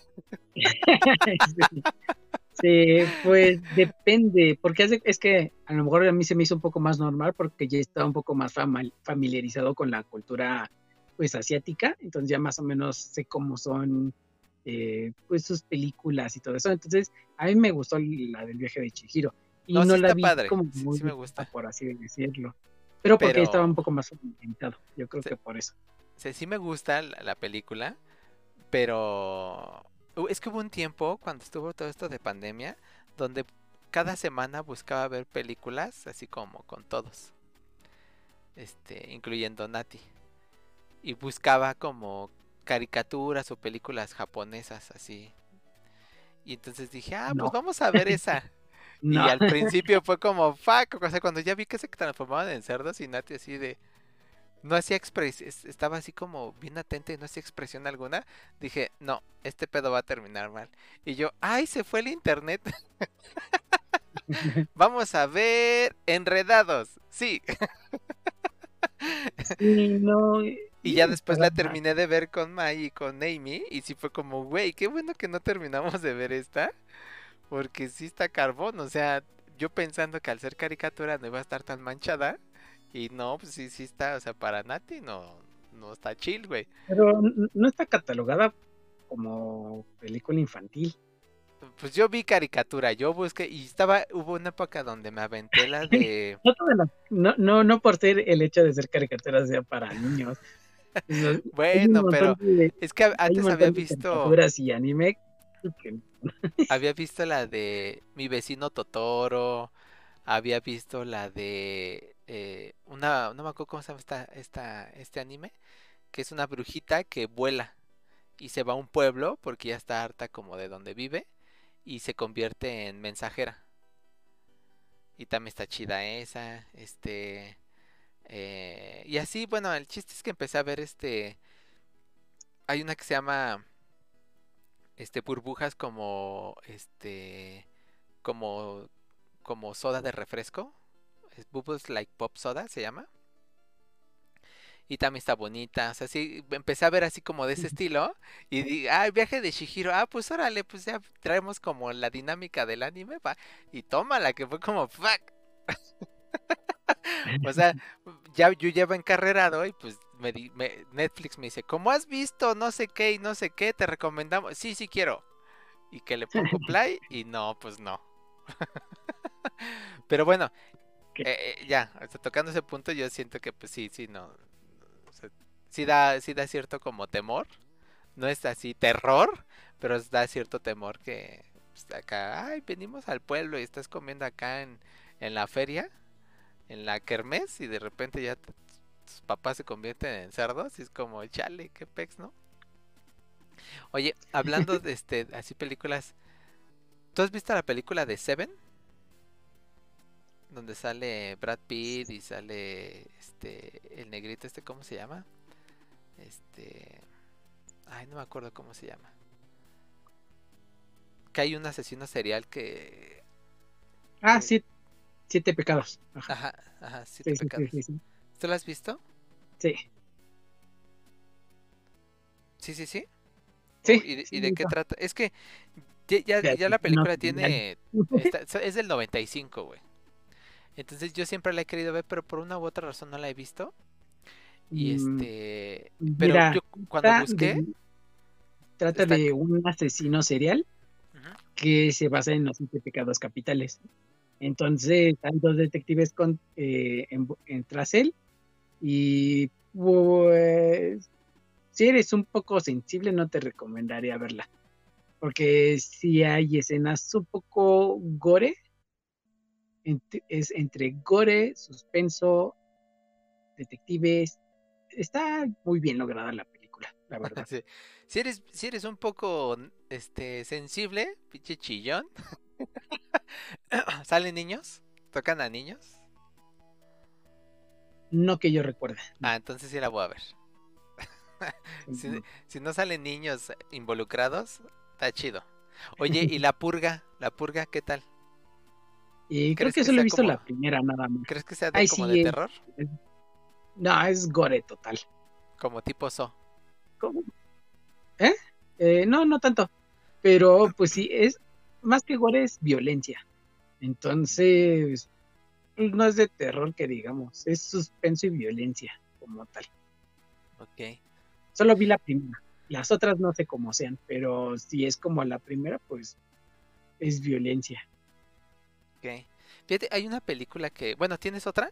Sí. Sí, pues depende, porque hace- es que a lo mejor a mí se me hizo un poco más normal porque ya estaba un poco más fama- familiarizado con la cultura pues asiática, entonces ya más o menos sé cómo son eh, pues sus películas y todo eso. Entonces a mí me gustó la del viaje de Chihiro y No, sí no la está vi padre, como sí, muy sí me vieja, gusta, por así decirlo, pero porque estaba un pero poco más familiarizado, yo creo se- que por eso. se- sí me gusta la, la película, pero hu- es que hubo un tiempo cuando estuvo todo esto de pandemia donde cada semana buscaba ver películas así como con todos, este, incluyendo Nati, y buscaba como caricaturas o películas japonesas así. Y entonces dije, ah, pues No, vamos a ver esa. Y no. al principio fue como, fuck, o sea, cuando ya vi que se transformaban en cerdos y Nati así de... No hacía expresión, estaba así como bien atenta y no hacía expresión alguna. Dije, no, este pedo va a terminar mal. Y yo, ay, se fue el internet. Vamos a ver Enredados. Sí. Sí, no, Y ya después estaba la terminé de ver con Mai y con Amy. Y sí fue como, güey, qué bueno que no terminamos de ver esta. Porque sí está carbón. O sea, yo pensando que al ser caricatura no iba a estar tan manchada. Y no, pues sí, sí está. O sea, para Nati no, no está chill, güey. pero n- no está catalogada como película infantil. Pues yo vi caricatura, yo busqué y estaba, hubo una época donde me aventé la de, No, todas las- no, no, no por ser el hecho de ser caricaturas sea para niños. O sea, hay un bueno, montón pero de, es que a- hay un antes había montón de visto, caricaturas y anime que había visto la de Mi vecino Totoro, había visto la de eh, una, no me acuerdo cómo se llama esta, esta, este anime, que es una brujita que vuela y se va a un pueblo porque ya está harta como de donde vive y se convierte en mensajera. Y también está chida esa, este, eh, y así, bueno, el chiste es que empecé a ver este, hay una que se llama, este, burbujas como, este, como como soda de refresco. Es Bubbles Like Pop Soda se llama. Y también está bonita. O sea, sí, empecé a ver así como de ese estilo. Y di, ah, viaje de Shihiro. Ah, pues órale, pues ya traemos como la dinámica del anime, va. Y tómala, que fue como, fuck. O sea, ya yo llevo encarrerado y pues me, di- me- Netflix me dice, como has visto no sé qué y no sé qué, te recomendamos. Sí, sí quiero. Y que le pongo play y no, pues no. Pero bueno, ¿Qué? eh, eh, ya, hasta tocando ese punto yo siento que pues sí, sí, no. O sea, sí da, sí da cierto como temor. No es así terror, pero da cierto temor que pues, acá, ay, venimos al pueblo y estás comiendo acá en, en la feria, en la kermés, y de repente ya t- tus papás se convierten en cerdos y es como, chale, qué pex, ¿no? Oye, hablando de este, así películas, ¿tú has visto la película de Seven? Donde sale Brad Pitt y sale este, el negrito este, ¿cómo se llama? Este, ay, no me acuerdo cómo se llama. Que hay un asesino serial que, Ah, que, siete, siete pecados. Ajá. ajá, ajá, siete Sí, sí, sí, pecados. sí, sí. ¿Tú lo has visto? Sí, Sí, sí, sí. Oh, sí, ¿y de, sí, y me de qué gusta. trata? Es que ya, ya, De ya la asesinos película seriales. tiene, está- es del noventa y cinco, güey. Entonces yo siempre la he querido ver, pero por una u otra razón no la he visto. Y Mm, este, pero Mira, yo cu- cuando trata busqué, de, trata está, de un asesino serial ujú, que se basa en los siete pecados capitales. Entonces, hay dos detectives con, eh, en, en tras él y pues si eres un poco sensible no te recomendaría verla, porque si hay escenas un poco gore, ent- es entre gore, suspenso, detectives, está muy bien lograda la película, la verdad. sí. Si eres, si eres un poco este sensible, pinche chillón, ¿salen niños? ¿Tocan a niños? No que yo recuerde, no. Ah, entonces sí la voy a ver. Sí, Si, no. si no salen niños involucrados, está chido. Oye, ¿y la purga? ¿La purga qué tal? Y creo ¿Crees que que solo he sea visto como, la primera nada más. crees que sea de Ay, como de sí, es, terror? es- no, es gore total. Como tipo So. ¿Cómo? ¿Eh? Eh, no, no tanto. Pero pues sí, es más que gore, es violencia. Entonces, pues, no es de terror que digamos, es suspenso y violencia como tal. Ok, Solo vi la primera. Las otras no sé cómo sean, pero si es como la primera, pues es violencia. ok. Fíjate, hay una película que, bueno, ¿tienes otra?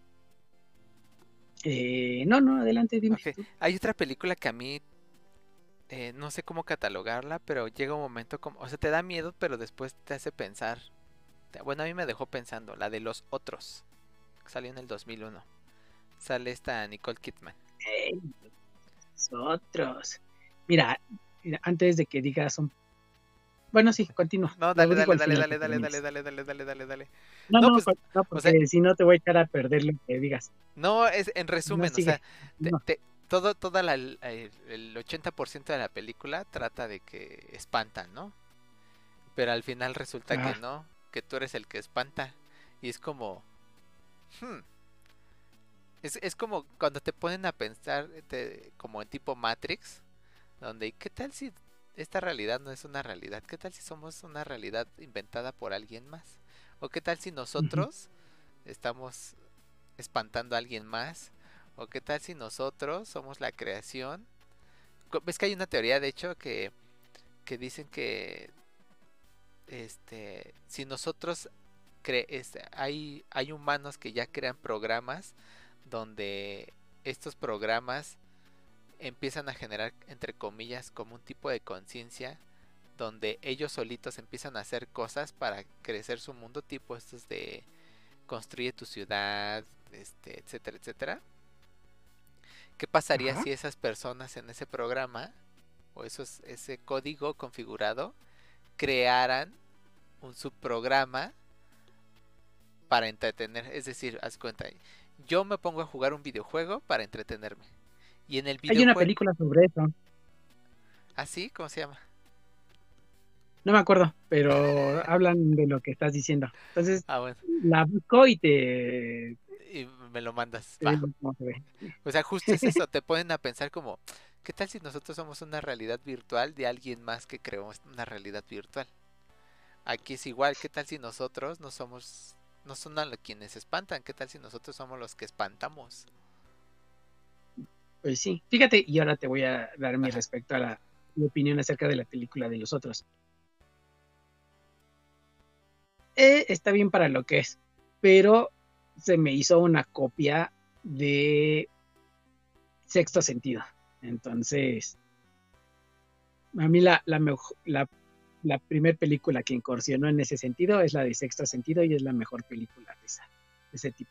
Eh, no, no, adelante, dime Ok, tú. hay otra película que a mí eh, no sé cómo catalogarla, pero llega un momento como, o sea, te da miedo, pero después te hace pensar. Te- Bueno, a mí me dejó pensando, la de Los Otros, que salió en el dos mil uno. Sale esta Nicole Kidman. Ey, nosotros. Mira, mira, antes de que digas un... Bueno, sí, continúa. No, Lo dale, digo dale, al dale, final que dale, dale, dale, termines. dale, dale, dale, dale, dale. No, No, no, pues, co- no, o sea, porque si no te voy a echar a perder lo que digas. no, es en No, resumen, o sea, sigue. te, No. te- todo, toda la, el, el ochenta por ciento de la película trata de que espantan, ¿no? Pero al final resulta que Ah, no, que tú eres el que espanta. Y es como, hmm, es, es como cuando te ponen a pensar te- como en tipo Matrix, donde ¿qué tal si esta realidad no es una realidad? ¿Qué tal si somos una realidad inventada por alguien más? ¿O qué tal si ujú. nosotros estamos espantando a alguien más? ¿O qué tal si nosotros somos la creación? Co- ¿Ves que hay una teoría, de hecho, que, que dicen que este, si nosotros cre- este, hay, hay humanos que ya crean programas donde estos programas empiezan a generar, entre comillas, como un tipo de conciencia donde ellos solitos empiezan a hacer cosas para crecer su mundo, tipo estos de construye tu ciudad, este, etcétera, etcétera. ¿Qué pasaría Ajá. si esas personas en ese programa o esos, ese código configurado crearan un subprograma para entretener? Es decir, haz cuenta, yo me pongo a jugar un videojuego para entretenerme. Y en el Hay una videojuego, película sobre eso. ¿así? ¿Cómo se llama? No me acuerdo, pero hablan de lo que estás diciendo. Entonces, Ah, bueno. la busco y te, Y me lo mandas. te Va. digo cómo se ve. O sea, justo es eso, te ponen a pensar como, ¿qué tal si nosotros somos una realidad virtual de alguien más que creó una realidad virtual? Aquí es igual, ¿qué tal si nosotros no somos, no son a lo- quienes espantan? ¿Qué tal si nosotros somos los que espantamos? Pues sí, fíjate, y ahora te voy a dar mi Ajá. respecto a la mi opinión acerca de la película de los otros. Eh, está bien para lo que es, pero se me hizo una copia de Sexto Sentido. Entonces, a mí la, la, mejo- la, la primer película que incursionó en ese sentido es la de Sexto Sentido y es la mejor película de, esa, de ese tipo.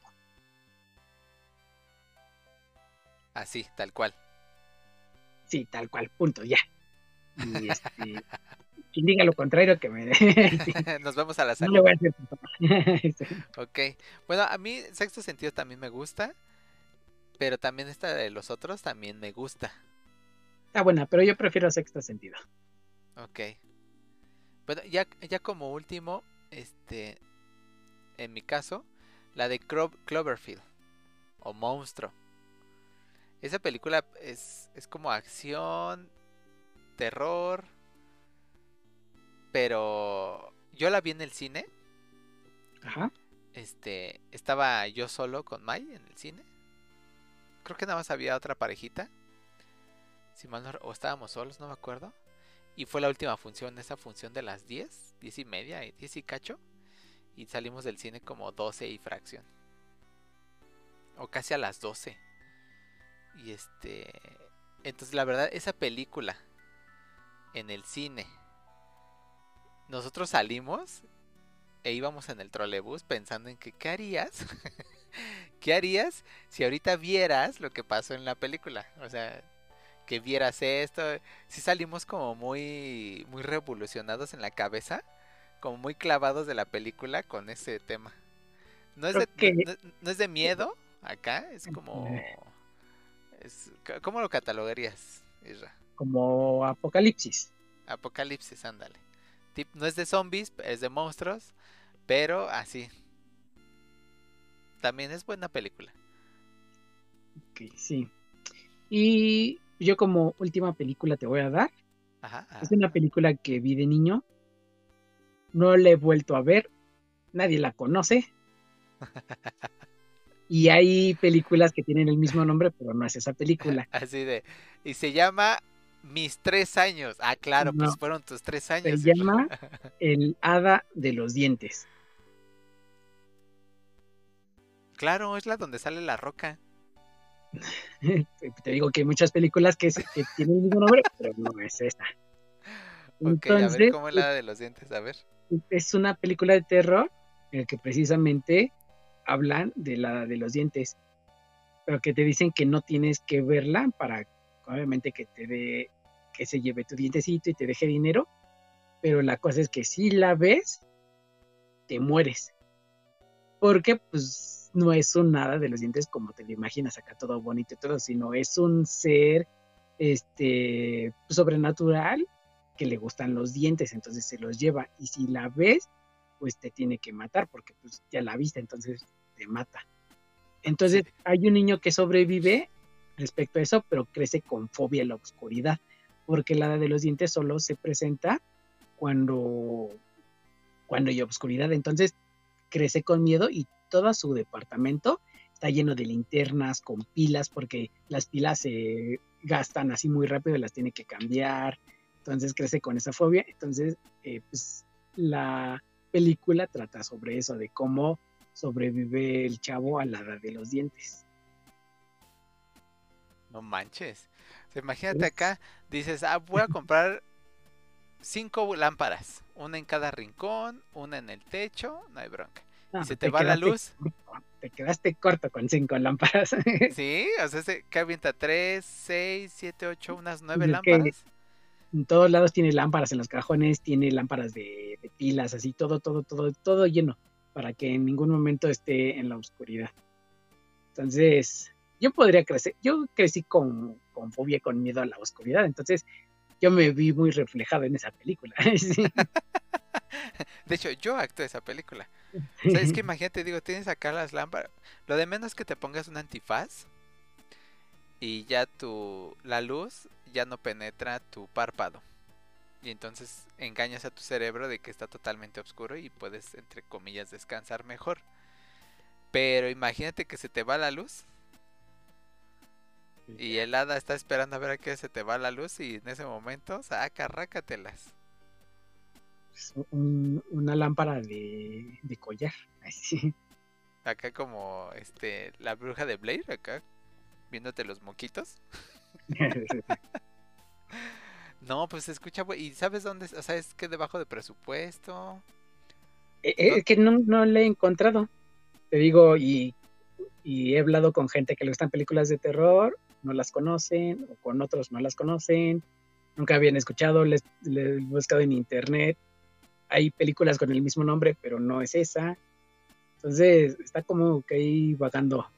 Así, tal cual. Sí, tal cual, punto, ya. Y este, quien diga lo contrario, que me... sí, Nos vemos a la no le voy salida. a hacer caso. Sí. Ok. Bueno, a mí Sexto Sentido también me gusta, pero también esta de los otros también me gusta. Está buena, pero yo prefiero Sexto Sentido. Ok. Bueno, ya, ya como último, este, en mi caso, la de Cro- Cloverfield o Monstruo. Esa película es, es como acción, terror, pero yo la vi en el cine. Ajá. Este, estaba yo solo con Mai en el cine. Creo que nada más había otra parejita. Si mal no re- o estábamos solos, no me acuerdo. Y fue la última función, esa función de las diez, diez y media, diez y cacho. Y salimos del cine como doce y fracción. O casi a las doce. Y este... Entonces la verdad, esa película en el cine. Nosotros salimos e íbamos en el trolebús pensando en que ¿qué harías? ¿Qué harías si ahorita vieras lo que pasó en la película? O sea, que vieras esto. Sí salimos como muy muy revolucionados en la cabeza, como muy clavados de la película con ese tema. No es Creo de no, que no- no es de miedo acá, es como es, ¿cómo lo catalogarías, Isra? como Apocalipsis. Apocalipsis, ándale. Tip- No es de zombies, es de monstruos, pero así. También es buena película. Ok, sí. Y yo como última película te voy a dar. Ajá, Es ajá. una película que vi de niño. No la he vuelto a ver. Nadie la conoce. Y hay películas que tienen el mismo nombre, pero no es esa película. Así de. Y se llama Mis tres años. Ah, claro, pues No, fueron tus tres se años, Isra. llama El Hada de los Dientes. Claro, es la donde sale la roca. Te digo que hay muchas películas que, se- que tienen el mismo nombre, pero no es esa. Ok, a ver Entonces, cómo es la de los dientes, a ver. es una película de terror en la que precisamente hablan de la de los dientes, pero que te dicen que no tienes que verla para, obviamente, que te dé, que se lleve tu dientecito y te deje dinero, pero la cosa es que si la ves, te mueres, porque pues no es un nada de los dientes como te lo imaginas acá todo bonito y todo, sino es un ser este sobrenatural que le gustan los dientes, entonces se los lleva y si la ves, pues te tiene que matar porque pues ya la viste, entonces te mata. Sí. Entonces hay un niño que sobrevive respecto a eso, pero crece con fobia a la oscuridad, porque la de los dientes solo se presenta cuando, cuando hay oscuridad. Entonces crece con miedo y todo su departamento está lleno de linternas, con pilas, porque las pilas se gastan así muy rápido y las tiene que cambiar. Entonces crece con esa fobia. Entonces, eh, pues la película trata sobre eso, de cómo sobrevive el chavo a la edad de los dientes. No manches. O sea, imagínate acá, dices, ah, voy a comprar cinco lámparas. Una en cada rincón, una en el techo, no hay bronca. No, Y se te te va la quedaste luz. corto, te quedaste corto con cinco lámparas. Sí, o sea, se, ¿qué avienta? Tres, seis, siete, ocho, unas Pues nueve es que lámparas. en todos lados tiene lámparas, en los cajones tiene lámparas de, de pilas, así todo, todo, todo, todo lleno, para que en ningún momento esté en la oscuridad. Entonces, yo podría crecer, yo crecí con, con fobia, con miedo a la oscuridad, entonces yo me vi muy reflejado en esa película. Sí. De hecho, yo actué esa película. O sea, es que imagínate, digo, tienes acá las lámparas. Lo de menos es que te pongas un antifaz y ya tu la luz ya no penetra tu párpado. Y entonces engañas a tu cerebro de que está totalmente oscuro y puedes, entre comillas, descansar mejor. Pero imagínate que se te va la luz y el hada está esperando a ver a qué se te va la luz y en ese momento saca, rácatelas. Pues, un- una lámpara de, de collar. Ay, sí. Acá como este la bruja de Blair, acá viéndote los moquitos. No, pues se escucha, bu- ¿y sabes dónde? es? O sea, es que debajo de presupuesto. Eh, eh, ¿Dó- Es que no, no la he encontrado, te digo, y, y he hablado con gente que le gustan películas de terror, no las conocen, o con otros no las conocen, nunca habían escuchado, les, les he buscado en internet, hay películas con el mismo nombre, pero no es esa, entonces está como que ahí vagando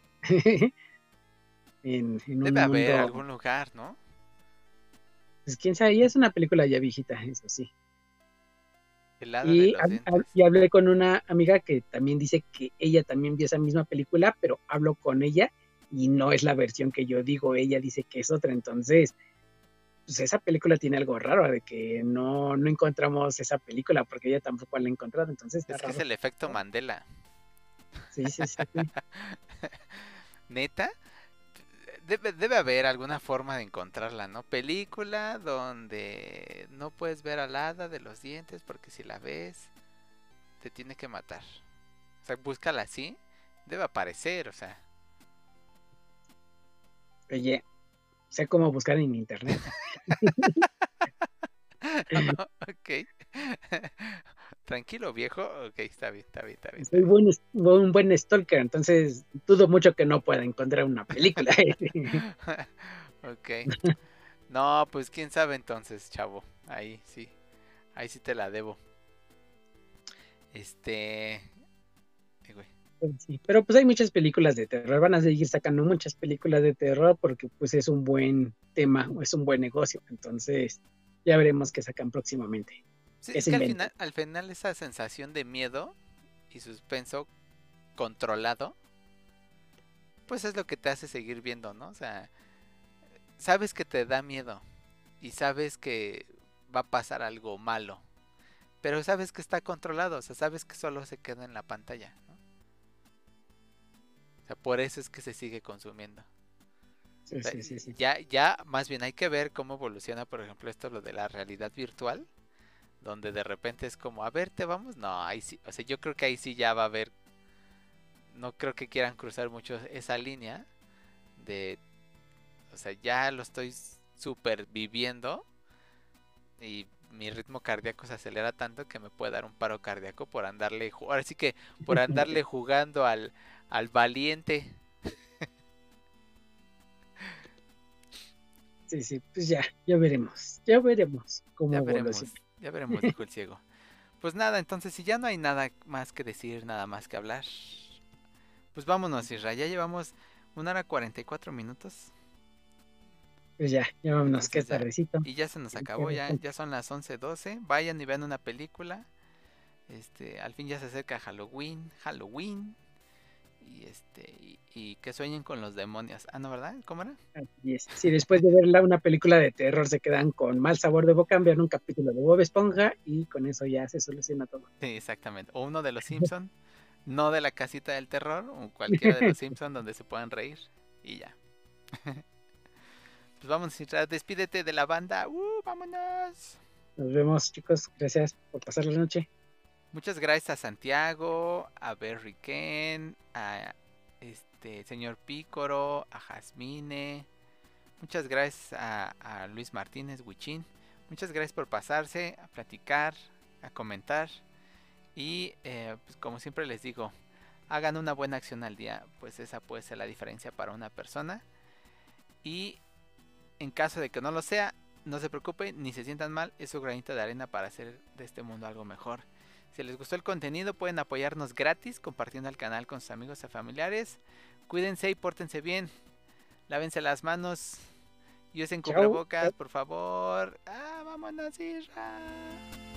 en, en un Debe haber mundo, algún lugar, ¿no? pues quién sabe, y es una película ya viejita, eso sí. El hada de Y, los hab- hab- dientes. y hablé con una amiga que también dice que ella también vio esa misma película, pero hablo con ella y no es la versión que yo digo, ella dice que es otra, entonces, pues esa película tiene algo raro de que no, no encontramos esa película porque ella tampoco la ha encontrado, entonces está Es que es raro. el efecto Mandela. Sí, sí, sí, sí. ¿Neta? Debe, debe haber alguna forma de encontrarla, ¿no? Película donde no puedes ver al hada de los dientes porque si la ves te tiene que matar. O sea, búscala así. Debe aparecer, o sea. Oye, sé cómo buscar en internet. Ok. Tranquilo, viejo. Ok, está bien, está bien, está bien. Está Soy bien. buen, un buen stalker, entonces dudo mucho que no pueda encontrar una película. Ok. No, pues quién sabe entonces, chavo. Ahí sí. Ahí sí te la debo. Este. eh, güey. Sí, pero pues hay muchas películas de terror, van a seguir sacando muchas películas de terror porque pues es un buen tema, es un buen negocio, entonces ya veremos qué sacan próximamente, Sí, qué es se que al inventan. final, al final esa sensación de miedo y suspenso controlado, pues es lo que te hace seguir viendo, ¿no? O sea, sabes que te da miedo y sabes que va a pasar algo malo, pero sabes que está controlado, o sea, sabes que solo se queda en la pantalla, ¿no? O sea, por eso es que se sigue consumiendo. O Sí, sea, sí, sí, sí. ya, ya más bien hay que ver cómo evoluciona, por ejemplo, esto lo de la realidad virtual, donde de repente es como, a ver, te vamos. No, ahí sí, o sea, yo creo que ahí sí ya va a haber, no creo que quieran cruzar mucho esa línea de, o sea, ya lo estoy super viviendo y mi ritmo cardíaco se acelera tanto que me puede dar un paro cardíaco por andarle, ju- ahora sí que por andarle jugando al, al valiente. Sí, sí, pues ya, ya veremos, ya veremos cómo Ya veremos, evoluciona. ya veremos, dijo el ciego. Pues nada, entonces si ya no hay nada más que decir, nada más que hablar, pues vámonos, Isra. Ya llevamos una hora cuarenta y cuatro minutos. Pues ya, ya vámonos, que Entonces es ya. tardecito. Y ya se nos Hay que acabó, ya, descansar. ya son las once doce. Vayan y vean una película. Este, al fin ya se acerca Halloween, Halloween. Y este, y, y que sueñen con los demonios. Ah, no, ¿verdad? ¿Cómo era? Así es. Si después de verla una película de terror se quedan con mal sabor de boca, vean un capítulo de Bob Esponja y con eso ya se soluciona todo. Sí, exactamente. O uno de los Simpson, no de la casita del terror, o cualquiera de los Simpson donde se puedan reír. Y ya. Pues vamos, Isra, despídete de la banda. ¡Uh, vámonos! Nos vemos, chicos. Gracias por pasar la noche. Muchas gracias a Santiago, a Berry Ken, a este señor Pícoro, a Jasmine. Muchas gracias a, a Luis Martínez, Huichín. Muchas gracias por pasarse, a platicar, a comentar. Y eh, pues como siempre les digo, hagan una buena acción al día, pues esa puede ser la diferencia para una persona. Y en caso de que no lo sea, no se preocupen ni se sientan mal, es su granito de arena para hacer de este mundo algo mejor. Si les gustó el contenido, pueden apoyarnos gratis compartiendo el canal con sus amigos y familiares. Cuídense y pórtense bien. Lávense las manos Y usen Chao. cubrebocas, por favor. Ah, vámonos, Isra.